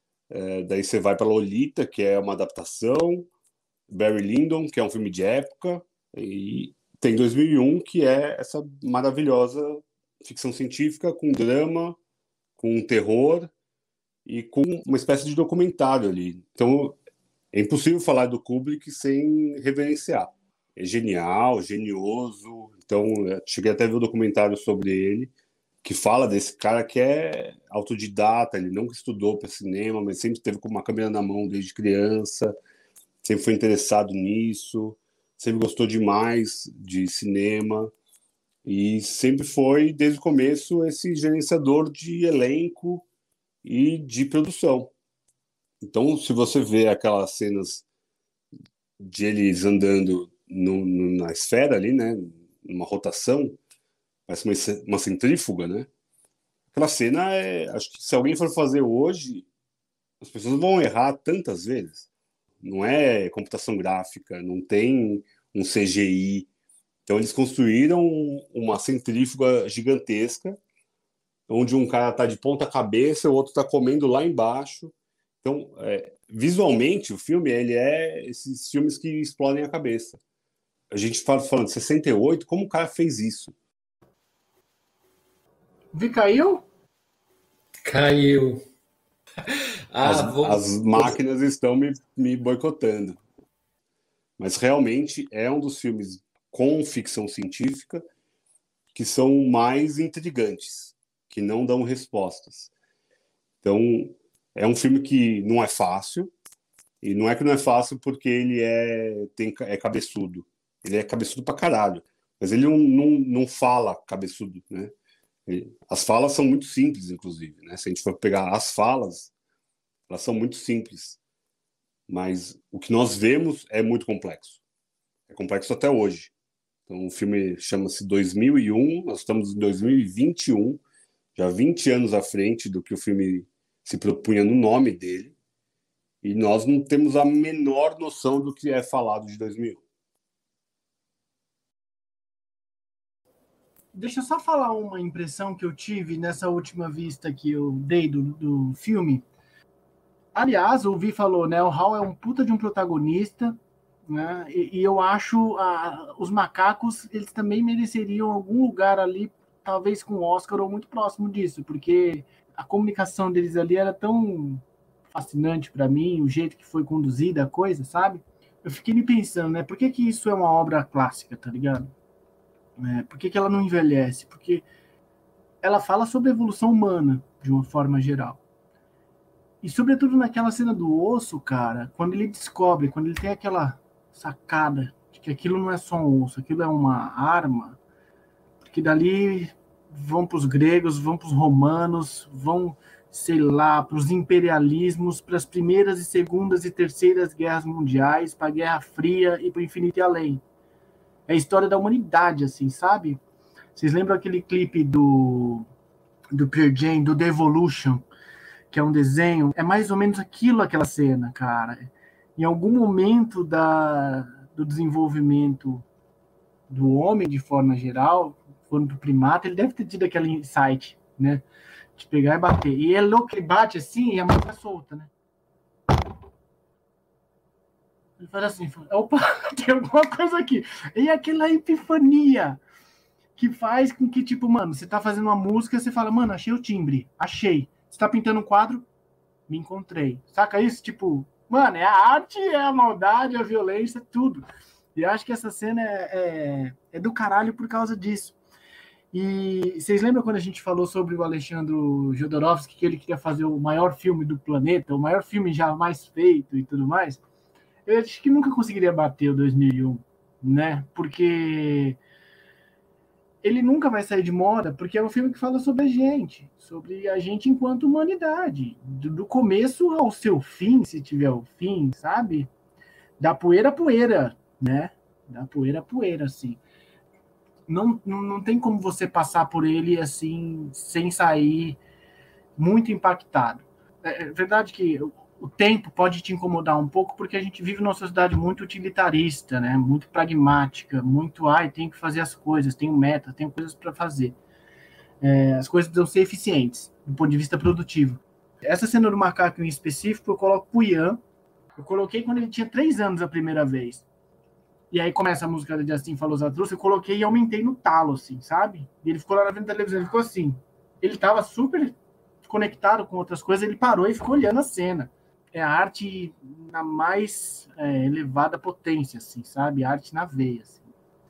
Daí você vai para Lolita, que é uma adaptação, Barry Lyndon, que é um filme de época, e tem 2001, que é essa maravilhosa ficção científica com drama, com terror e com uma espécie de documentário ali. Então, é impossível falar do Kubrick sem reverenciar. É genial, genioso. Então, cheguei até a ver um documentário sobre ele, que fala desse cara que é autodidata, ele nunca estudou para cinema, mas sempre esteve com uma câmera na mão desde criança, sempre foi interessado nisso, sempre gostou demais de cinema e sempre foi, desde o começo, esse gerenciador de elenco e de produção. Então, se você vê aquelas cenas de eles andando na esfera ali, né, numa rotação, parece uma centrífuga, né? Aquela cena acho que se alguém for fazer hoje, as pessoas vão errar tantas vezes. Não é computação gráfica, não tem um CGI. Então eles construíram uma centrífuga gigantesca, onde um cara está de ponta cabeça, o outro está comendo lá embaixo. Então, visualmente, o filme ele é esses filmes que explodem a cabeça. A gente falando de 68, como o cara fez isso? Vi, caiu? Caiu. As máquinas estão me boicotando. Mas realmente é um dos filmes com ficção científica que são mais intrigantes, que não dão respostas. Então, é um filme que não é fácil, e não é que não é fácil porque ele é cabeçudo. Ele é cabeçudo pra caralho. Mas ele não fala cabeçudo, né? As falas são muito simples, inclusive, né? Se a gente for pegar as falas, elas são muito simples. Mas o que nós vemos é muito complexo. É complexo até hoje. Então, o filme chama-se 2001, nós estamos em 2021, já 20 anos à frente do que o filme se propunha no nome dele, e nós não temos a menor noção do que é falado de 2001. Deixa eu só falar uma impressão que eu tive nessa última vista que eu dei do filme. Aliás, o Vi falou, né? O Hal é um puta de um protagonista, né? E eu acho os macacos, eles também mereceriam algum lugar ali, talvez com o Oscar ou muito próximo disso, porque a comunicação deles ali era tão fascinante para mim, o jeito que foi conduzida a coisa, sabe? Eu fiquei me pensando, né? Por que isso é uma obra clássica, tá ligado? Por que ela não envelhece? Porque ela fala sobre a evolução humana, de uma forma geral. E sobretudo naquela cena do osso, cara, quando ele descobre, quando ele tem aquela sacada de que aquilo não é só um osso, aquilo é uma arma, porque dali vão para os gregos, vão para os romanos, vão, sei lá, para os imperialismos, para as primeiras e segundas e terceiras guerras mundiais, para a Guerra Fria e para o infinito e além. É a história da humanidade, assim, sabe? Vocês lembram aquele clipe do Pearl Jam, do The Evolution, que é um desenho? É mais ou menos aquela cena, cara. Em algum momento do desenvolvimento do homem, de forma geral, quando do primata, ele deve ter tido aquele insight, né? De pegar e bater. E é louco, ele bate assim e a mão tá solta, né? Ele faz assim, opa, tem alguma coisa aqui. E aquela epifania que faz com que, tipo, mano, você tá fazendo uma música, você fala, mano, achei o timbre, achei. Você tá pintando um quadro, me encontrei. Saca isso? Tipo, mano, é a arte, é a maldade, é a violência, tudo. E eu acho que essa cena é do caralho por causa disso. E vocês lembram quando a gente falou sobre o Alexandre Jodorowsky, que ele queria fazer o maior filme do planeta, o maior filme jamais feito e tudo mais? Eu acho que nunca conseguiria bater o 2001, né? Porque ele nunca vai sair de moda, porque é um filme que fala sobre a gente enquanto humanidade, do começo ao seu fim, se tiver o fim, sabe? Da poeira a poeira, né? Da poeira a poeira, assim. Não tem como você passar por ele assim, sem sair muito impactado. É verdade que o tempo pode te incomodar um pouco, porque a gente vive numa sociedade muito utilitarista, né? Muito pragmática, muito, tem que fazer as coisas, tenho meta, tenho coisas para fazer. As coisas precisam ser eficientes, do ponto de vista produtivo. Essa cena do macaco em específico, eu coloco pro Ian. Eu coloquei quando ele tinha 3 anos a primeira vez. E aí começa a música de Assim Falou Zaratustra, eu coloquei e aumentei no talo, assim, sabe? E ele ficou lá na frente da televisão, ele ficou assim. Ele tava super conectado com outras coisas, ele parou e ficou olhando a cena. É a arte na mais elevada potência, assim, sabe? A arte na veia, assim.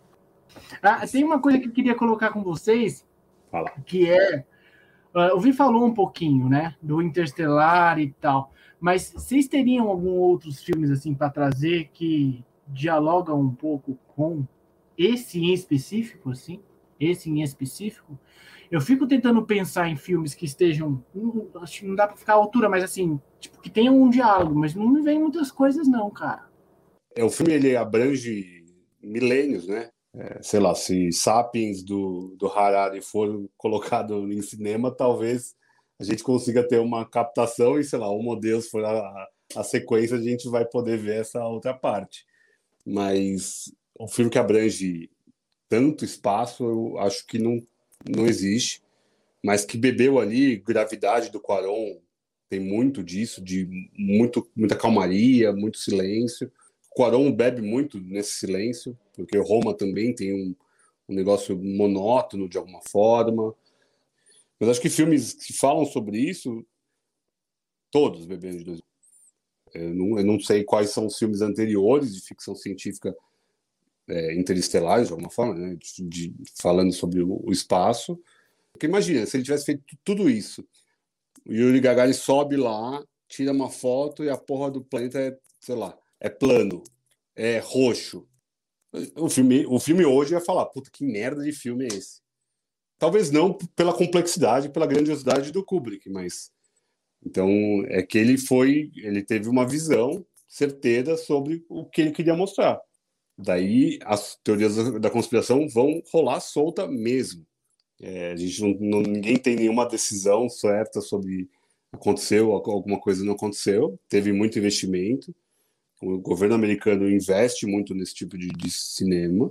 Tem uma coisa que eu queria colocar com vocês, Fala. que é... o Vi falou um pouquinho, né? Do Interstellar e tal. Mas vocês teriam algum outros filmes, assim, para trazer que dialogam um pouco com esse em específico, assim? Esse em específico? Eu fico tentando pensar em filmes que estejam... acho que não dá para ficar à altura, mas assim, tipo, que tenham um diálogo, mas não me vem muitas coisas não, cara. O filme ele abrange milênios, né? Sei lá, se Sapiens do Harari for colocado em cinema, talvez a gente consiga ter uma captação e, sei lá, Homo Deus for a sequência, a gente vai poder ver essa outra parte. Mas um filme que abrange tanto espaço, eu acho que não existe, mas que bebeu ali, Gravidade do Cuarón, tem muito disso, de muita calmaria, muito silêncio. O Cuarón bebe muito nesse silêncio, porque Roma também tem um negócio monótono de alguma forma. Mas acho que filmes que falam sobre isso, todos beberam de dois. Eu não sei quais são os filmes anteriores de ficção científica interestelares, de alguma forma, né? Falando sobre o espaço. Porque imagina, se ele tivesse feito tudo isso, o Yuri Gagarin sobe lá, tira uma foto e a porra do planeta sei lá, é plano, é roxo. O filme hoje ia falar, puta, que merda de filme é esse? Talvez não pela complexidade, pela grandiosidade do Kubrick, mas então é que ele teve uma visão certeira sobre o que ele queria mostrar. Daí as teorias da conspiração vão rolar solta mesmo. A gente ninguém tem nenhuma decisão certa sobre aconteceu, alguma coisa não aconteceu. Teve muito investimento. O governo americano investe muito nesse tipo de cinema.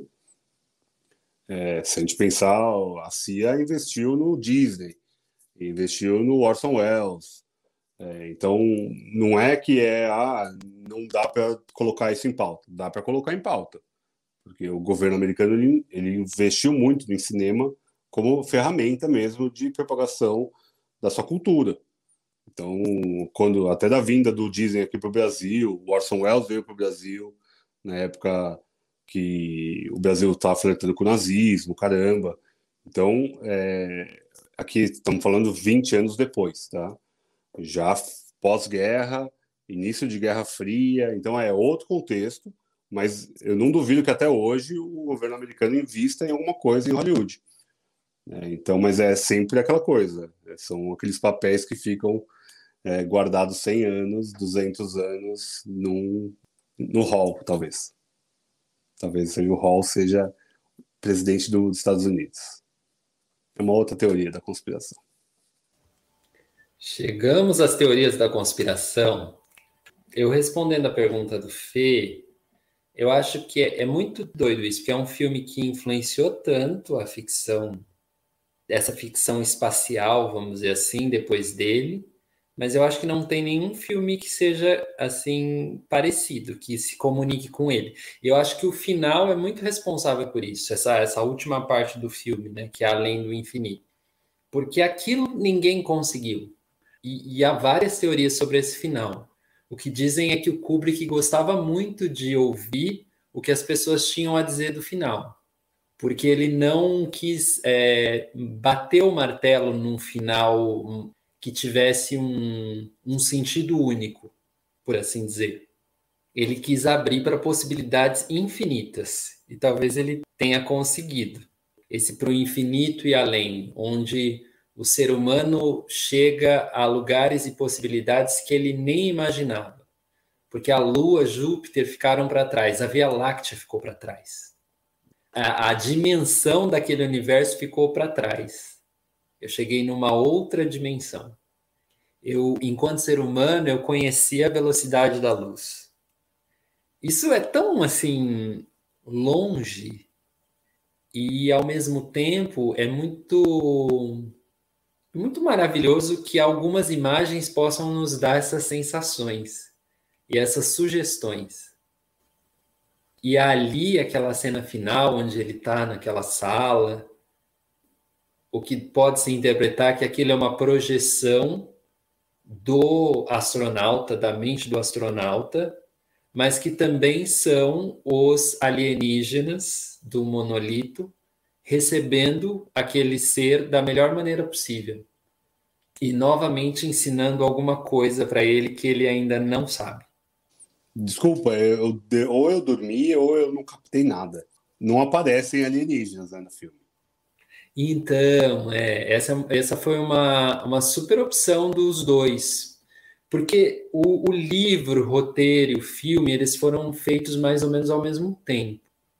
Se a gente pensar, a CIA investiu no Disney, investiu no Orson Welles. Então, não é que não dá para colocar isso em pauta. Dá para colocar em pauta. Porque o governo americano ele investiu muito em cinema como ferramenta mesmo de propagação da sua cultura. Então, quando até da vinda do Disney aqui para o Brasil, o Orson Welles veio para o Brasil na época que o Brasil estava flertando com o nazismo, caramba. Então, aqui estamos falando 20 anos depois, tá? Já pós-guerra, início de Guerra Fria, então é outro contexto, mas eu não duvido que até hoje o governo americano invista em alguma coisa em Hollywood. Então, mas é sempre aquela coisa, são aqueles papéis que ficam guardados 100 anos, 200 anos no hall, talvez. Talvez o hall seja presidente dos Estados Unidos. É uma outra teoria da conspiração. Chegamos às teorias da conspiração. Eu respondendo a pergunta do Fê, eu acho que é muito doido isso, porque é um filme que influenciou tanto a ficção, essa ficção espacial, vamos dizer assim, depois dele, mas eu acho que não tem nenhum filme que seja assim parecido, que se comunique com ele. E eu acho que o final é muito responsável por isso, essa última parte do filme, né, que é Além do Infinito. Porque aquilo ninguém conseguiu. E há várias teorias sobre esse final. O que dizem é que o Kubrick gostava muito de ouvir o que as pessoas tinham a dizer do final, porque ele não quis bater o martelo num final que tivesse um sentido único, por assim dizer. Ele quis abrir para possibilidades infinitas. e talvez ele tenha conseguido. Esse para o infinito e além, onde o ser humano chega a lugares e possibilidades que ele nem imaginava. Porque a Lua, Júpiter ficaram para trás, a Via Láctea ficou para trás. A dimensão daquele universo ficou para trás. Eu cheguei numa outra dimensão. Enquanto ser humano, eu conheci a velocidade da luz. Isso é tão, assim, longe e, ao mesmo tempo, é muito maravilhoso que algumas imagens possam nos dar essas sensações e essas sugestões. E ali, aquela cena final, onde ele está naquela sala, o que pode se interpretar que aquilo é uma projeção do astronauta, da mente do astronauta, mas que também são os alienígenas do monolito recebendo aquele ser da melhor maneira possível e novamente ensinando alguma coisa para ele que ele ainda não sabe. Desculpa, ou eu dormi ou eu não captei nada. Não aparecem alienígenas, né, no filme. Então, essa foi uma super opção dos dois, porque o livro, o roteiro e o filme, eles foram feitos mais ou menos ao mesmo tempo.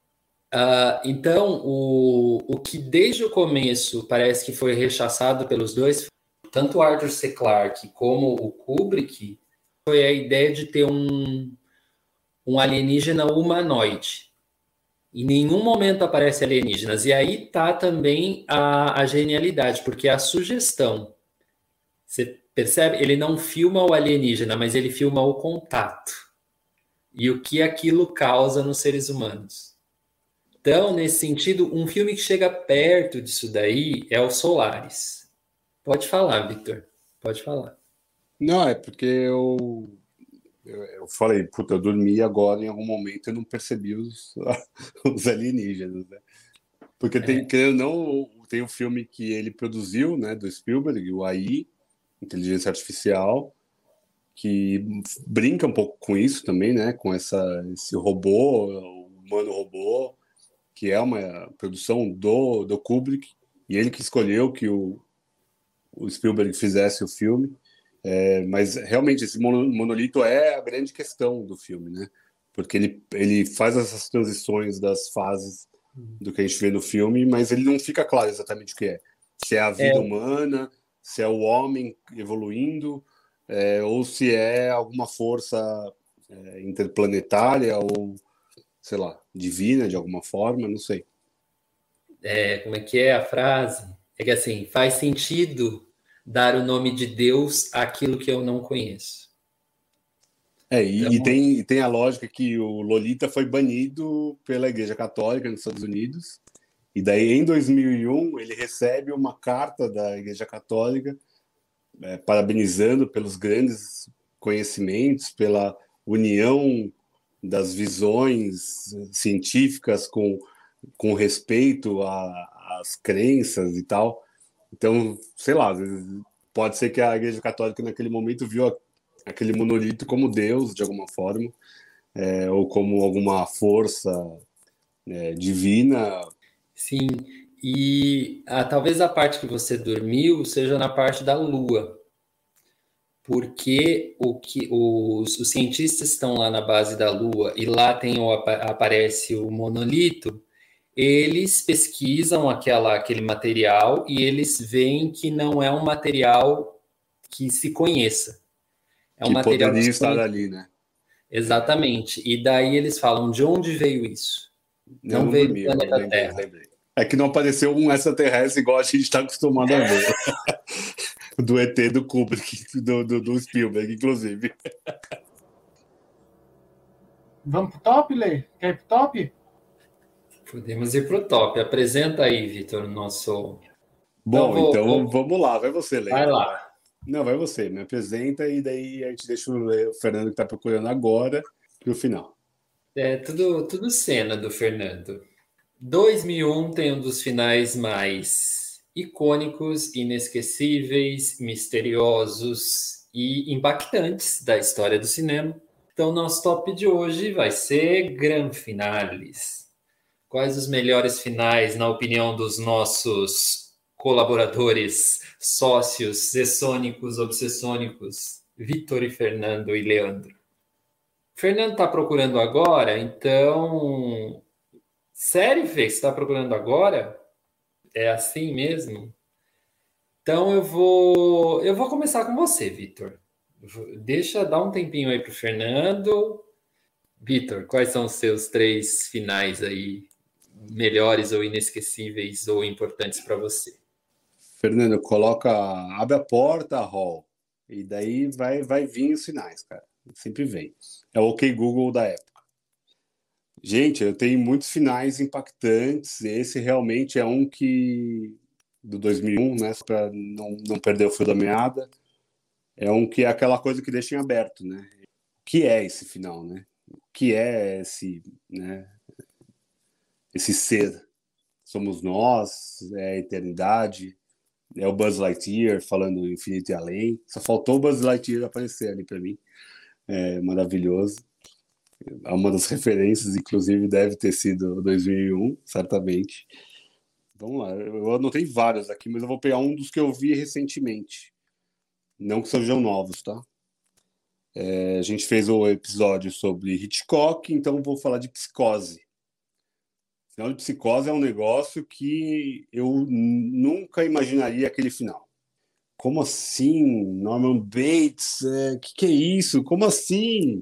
Então, o que desde o começo parece que foi rechaçado pelos dois, tanto o Arthur C. Clarke como o Kubrick, foi a ideia de ter um alienígena humanoide. Em nenhum momento aparece alienígenas. E aí tá também a genialidade, porque a sugestão, você percebe? Ele não filma o alienígena, mas ele filma o contato. E o que aquilo causa nos seres humanos. Então, nesse sentido, um filme que chega perto disso daí é o Solaris. Pode falar, Victor. Pode falar. Não, é porque eu falei, puta, eu dormi agora em algum momento e não percebi os alienígenas, né? Porque querendo ou não, tem um filme que ele produziu, né, do Spielberg, o AI, Inteligência Artificial, que brinca um pouco com isso também, né, com esse robô, o humano-robô, que é uma produção do Kubrick, e ele que escolheu que o Spielberg fizesse o filme. Mas realmente esse monolito é a grande questão do filme, né? Porque ele faz essas transições das fases do que a gente vê no filme, mas ele não fica claro exatamente o que é. Se é a vida humana, se é o homem evoluindo, ou se é alguma força interplanetária ou, sei lá, divina de alguma forma, não sei. Como é que é a frase? É que assim, faz sentido dar o nome de Deus àquilo que eu não conheço. E tem a lógica que o Lolita foi banido pela Igreja Católica nos Estados Unidos, e daí em 2001 ele recebe uma carta da Igreja Católica parabenizando pelos grandes conhecimentos, pela união das visões científicas com respeito às crenças e tal. Então, sei lá, pode ser que a Igreja Católica naquele momento viu aquele monolito como Deus, de alguma forma, ou como alguma força divina. Sim, e talvez a parte que você dormiu seja na parte da Lua, porque os cientistas estão lá na base da Lua e lá aparece o monolito, eles pesquisam aquele material e eles veem que não é um material que se conheça. É um material poderia estar ali, né? Exatamente. E daí eles falam, de onde veio isso? Não veio do planeta Terra. Lembrei. É que não apareceu um extraterrestre igual a gente está acostumado a ver. Do ET do Kubrick, do Spielberg, inclusive. Vamos pro top, Lê? Quer ir pro top? Podemos ir pro top. Apresenta aí, Vitor, o nosso... Bom, então vamos lá. Vai você, Lê. Vai lá. Não, vai você. Me apresenta e daí a gente deixa o Fernando que está procurando agora para o final. Tudo cena do Fernando. 2001 tem um dos finais mais icônicos, inesquecíveis, misteriosos e impactantes da história do cinema. Então, nosso top de hoje vai ser Gran Finales. Quais os melhores finais, na opinião dos nossos colaboradores, sócios, zessônicos, obsessônicos, Vitor e Fernando e Leandro? Fernando está procurando agora, então... Sério, Fê, que você está procurando agora? É assim mesmo? Então eu vou começar com você, Vitor. Deixa dar um tempinho aí para o Fernando. Vitor, quais são os seus 3 finais aí, melhores ou inesquecíveis ou importantes para você? Fernando, abre a porta, Hall, e daí vai vir os sinais, cara. Sempre vem. É o OK Google da época. Gente, eu tenho muitos finais impactantes. Esse realmente é um que do 2001, né? Para não perder o fio da meada, é um que é aquela coisa que deixa em aberto, né? O que é esse final, né? O que é esse, né? Esse ser? Somos nós? É a eternidade? É o Buzz Lightyear falando infinito e além. Só faltou o Buzz Lightyear aparecer ali para mim. É maravilhoso. Uma das referências, inclusive, deve ter sido 2001, certamente. Vamos lá, eu anotei vários aqui, mas eu vou pegar um dos que eu vi recentemente. Não que sejam novos, tá? A gente fez o episódio sobre Hitchcock, então vou falar de Psicose. O final de Psicose é um negócio que eu nunca imaginaria aquele final. Como assim? Norman Bates? Que é isso? Como assim?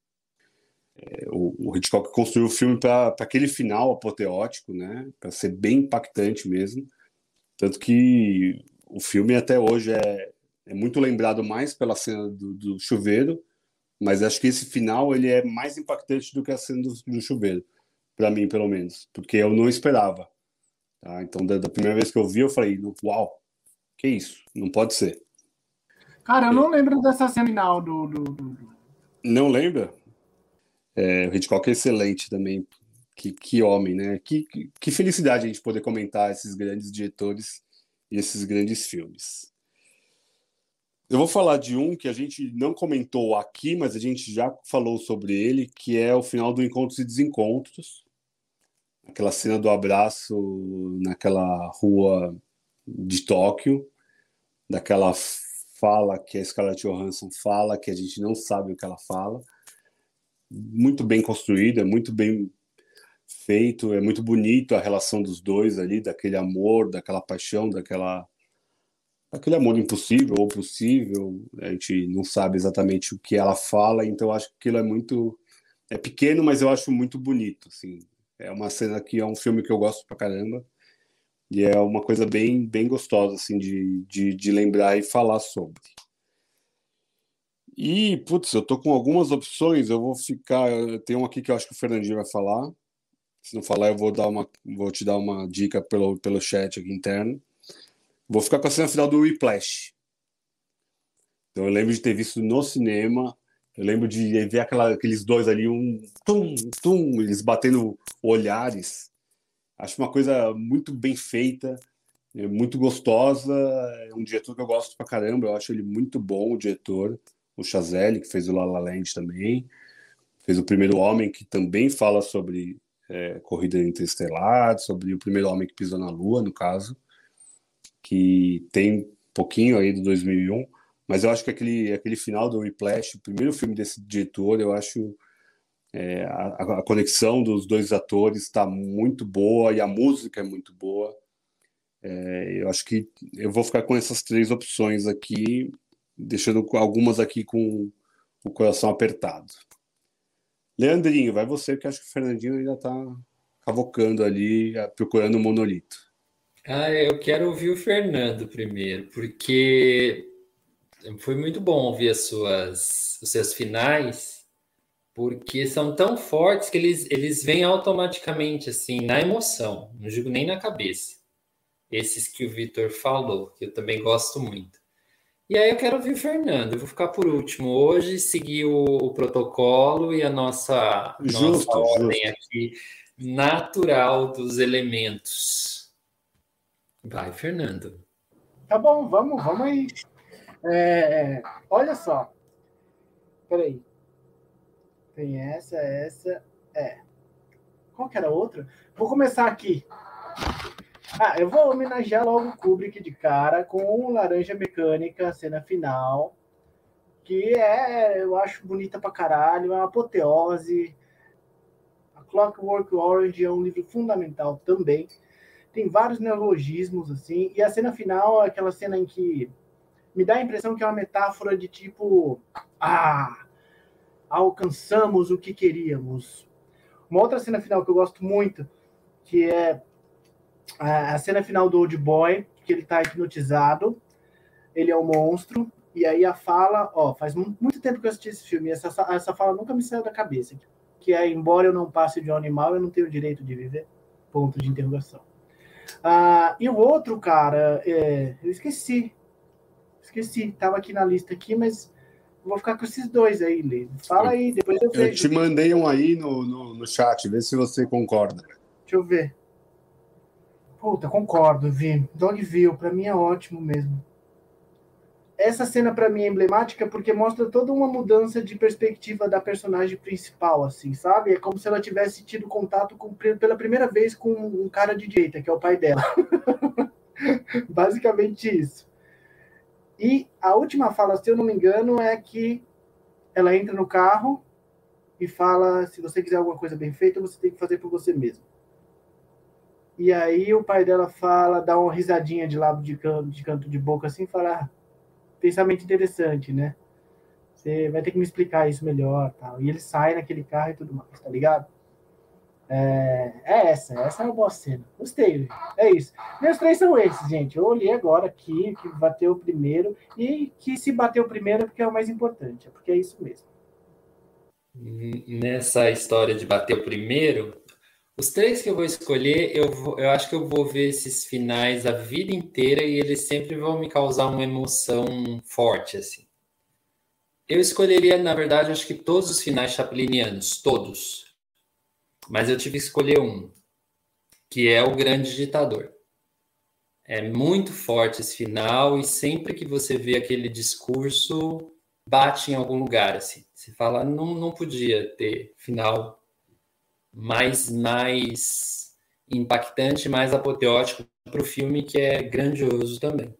O Hitchcock construiu o filme para aquele final apoteótico, né? Para ser bem impactante mesmo. Tanto que o filme até hoje é muito lembrado mais pela cena do chuveiro, mas acho que esse final ele é mais impactante do que a cena do chuveiro, para mim, pelo menos, porque eu não esperava. Tá? Então, da primeira vez que eu vi, eu falei, uau, que isso? Não pode ser. Cara, eu não lembro dessa cena final Não lembra? O Hitchcock é excelente também. Que homem, né? Que felicidade a gente poder comentar esses grandes diretores e esses grandes filmes. Eu vou falar de um que a gente não comentou aqui, mas a gente já falou sobre ele, que é o final do Encontros e Desencontros. Aquela cena do abraço naquela rua de Tóquio, daquela fala que a Scarlett Johansson fala, que a gente não sabe o que ela fala. Muito bem construído, é muito bem feito, é muito bonito a relação dos dois ali, daquele amor, daquela paixão, aquele amor impossível ou possível, a gente não sabe exatamente o que ela fala, então acho que aquilo é pequeno, mas eu acho muito bonito, assim. É uma cena que é um filme que eu gosto pra caramba e é uma coisa bem gostosa, assim, de lembrar e falar sobre. E, putz, eu tô com algumas opções, tem um aqui que eu acho que o Fernandinho vai falar. Se não falar, eu vou te dar uma dica pelo chat aqui interno. Vou ficar com a cena final do Whiplash. Então eu lembro de ter visto no cinema, eu lembro de ver aqueles dois ali, eles batendo olhares. Acho uma coisa muito bem feita, muito gostosa. É um diretor que eu gosto pra caramba, eu acho ele muito bom, o diretor. O Chazelle, que fez o La La Land também. Fez o Primeiro Homem, que também fala sobre corrida interestelar, sobre o primeiro homem que pisou na Lua, no caso, que tem um pouquinho aí do 2001. Mas eu acho que aquele final do Whiplash, o primeiro filme desse diretor, eu acho a conexão dos dois atores está muito boa e a música é muito boa. Eu acho que eu vou ficar com essas 3 opções aqui, deixando algumas aqui com o coração apertado. Leandrinho, vai você, que acho que o Fernandinho ainda está cavocando ali, procurando o monolito. Eu quero ouvir o Fernando primeiro, porque foi muito bom ouvir os seus finais, porque são tão fortes que eles vêm automaticamente, assim, na emoção, não digo nem na cabeça. Esses que o Vitor falou, que eu também gosto muito. E aí eu quero ouvir o Fernando, eu vou ficar por último hoje, seguir o protocolo e a nossa ordem Justo. aqui natural dos elementos. Vai, Fernando. Tá bom, vamos aí. Olha só. Peraí. Tem essa. Qual que era a outra? Vou começar aqui. Eu vou homenagear logo o Kubrick de cara com Laranja Mecânica, cena final, que eu acho bonita pra caralho, é uma apoteose. A Clockwork Orange é um livro fundamental também. Tem vários neologismos, assim, e a cena final é aquela cena em que me dá a impressão que é uma metáfora de tipo, alcançamos o que queríamos. Uma outra cena final que eu gosto muito, que é a cena final do Old Boy, que ele tá hipnotizado, ele é um monstro, e aí a fala, faz muito tempo que eu assisti esse filme, e essa fala nunca me saiu da cabeça, que é, embora eu não passe de um animal, eu não tenho o direito de viver, ponto de interrogação. E o outro, cara, eu esqueci, tava aqui na lista aqui, mas vou ficar com esses dois aí, Lê. Fala aí, depois eu vejo. Eu te mandei um aí no chat, vê se você concorda. Deixa eu ver. Puta, concordo, Vi. Dogville, pra mim é ótimo mesmo. Essa cena pra mim é emblemática porque mostra toda uma mudança de perspectiva da personagem principal, assim, sabe? É como se ela tivesse tido contato pela primeira vez com um cara de direita, que é o pai dela. Basicamente isso. E a última fala, se eu não me engano, é que ela entra no carro e fala, se você quiser alguma coisa bem feita, você tem que fazer por você mesmo. E aí o pai dela fala, dá uma risadinha de lado de canto de boca assim, fala, pensamento interessante, né? Você vai ter que me explicar isso melhor, tal. E ele sai naquele carro e tudo mais, tá ligado? Essa é uma boa cena. Gostei, é isso. Meus três são esses, gente. Eu olhei agora aqui, que bateu o primeiro, e que se bateu o primeiro é porque é o mais importante, é porque é isso mesmo. Nessa história de bater o primeiro, os três que eu vou escolher, eu acho que eu vou ver esses finais a vida inteira e eles sempre vão me causar uma emoção forte, assim. Eu escolheria, na verdade, acho que todos os finais chaplinianos, todos. Mas eu tive que escolher um, que é O Grande Ditador. É muito forte esse final e sempre que você vê aquele discurso, bate em algum lugar, assim. Você fala, não podia ter final mais impactante, mais apoteótico para o filme, que é grandioso também.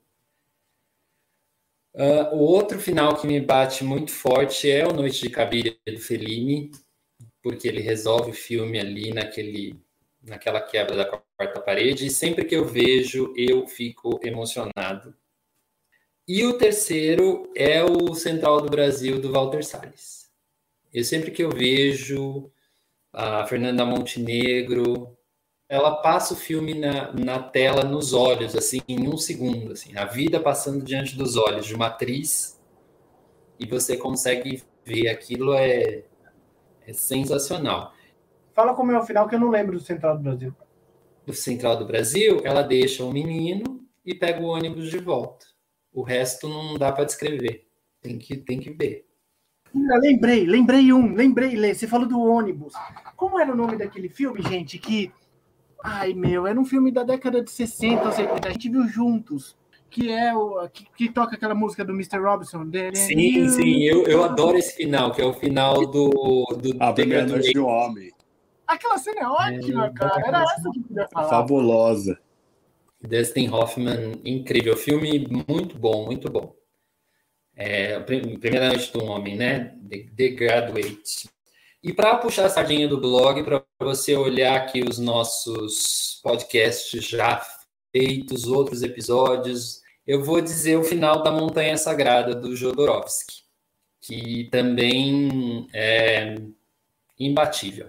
O outro final que me bate muito forte é O Noite de Cabiria, do Fellini, porque ele resolve o filme ali naquela quebra da quarta parede, e sempre que eu vejo, eu fico emocionado. E o terceiro é o Central do Brasil, do Walter Salles. Sempre que eu vejo a Fernanda Montenegro, ela passa o filme na tela, nos olhos, assim, em um segundo, assim, a vida passando diante dos olhos de uma atriz, e você consegue ver aquilo, é sensacional. Fala como é o final, que eu não lembro do Central do Brasil. Do Central do Brasil, ela deixa o menino e pega o ônibus de volta. O resto não dá para descrever. Tem que ver. Lembrei, Lê, você falou do ônibus. Como era o nome daquele filme, gente, que... era um filme da década de 60, 70, a gente viu juntos, que é que toca aquela música do Mr. Robinson. Sim, eu adoro esse final, que é o final do A Primeira Noite do Homem. Aquela cena é ótima, cara. Era essa que eu queria falar. Fabulosa. Dustin Hoffman, incrível. Filme muito bom, muito bom. Primeira Noite do Homem, né? The Graduate. E para puxar a sardinha do blog, para você olhar aqui os nossos podcasts já feitos, outros episódios, eu vou dizer o final da Montanha Sagrada, do Jodorowsky, que também é imbatível.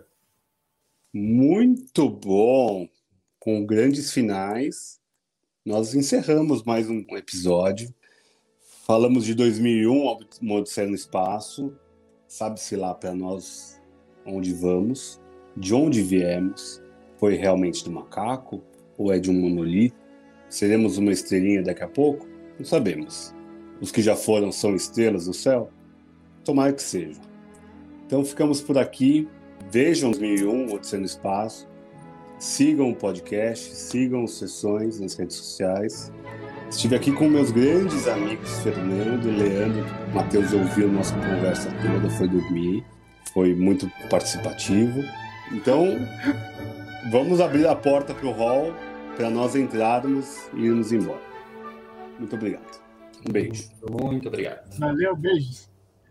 Muito bom. Com grandes finais, nós encerramos mais um episódio. Falamos de 2001, Uma Odisseia no Espaço. Sabe-se lá para nós onde vamos, de onde viemos. Foi realmente do macaco ou é de um monolito? Seremos uma estrelinha daqui a pouco? Não sabemos. Os que já foram são estrelas no céu? Tomara que sejam. Então ficamos por aqui. Vejam 2001, Odisseia no Espaço. Sigam o podcast, sigam as sessões nas redes sociais. Estive aqui com meus grandes amigos Fernando e Leandro. Matheus ouviu nossa conversa toda, foi dormir. Foi muito participativo. Então, vamos abrir a porta para o hall para nós entrarmos e irmos embora. Muito obrigado. Um beijo. Muito obrigado. Valeu, beijos.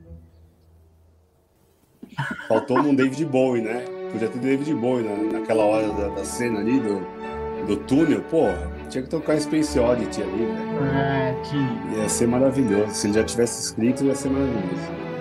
Faltou um David Bowie, né? Podia ter David Bowie naquela hora da cena ali do túnel. Porra, tinha que tocar Space Oddity ali, velho. Que... Ia ser maravilhoso. Se ele já tivesse escrito, ia ser maravilhoso.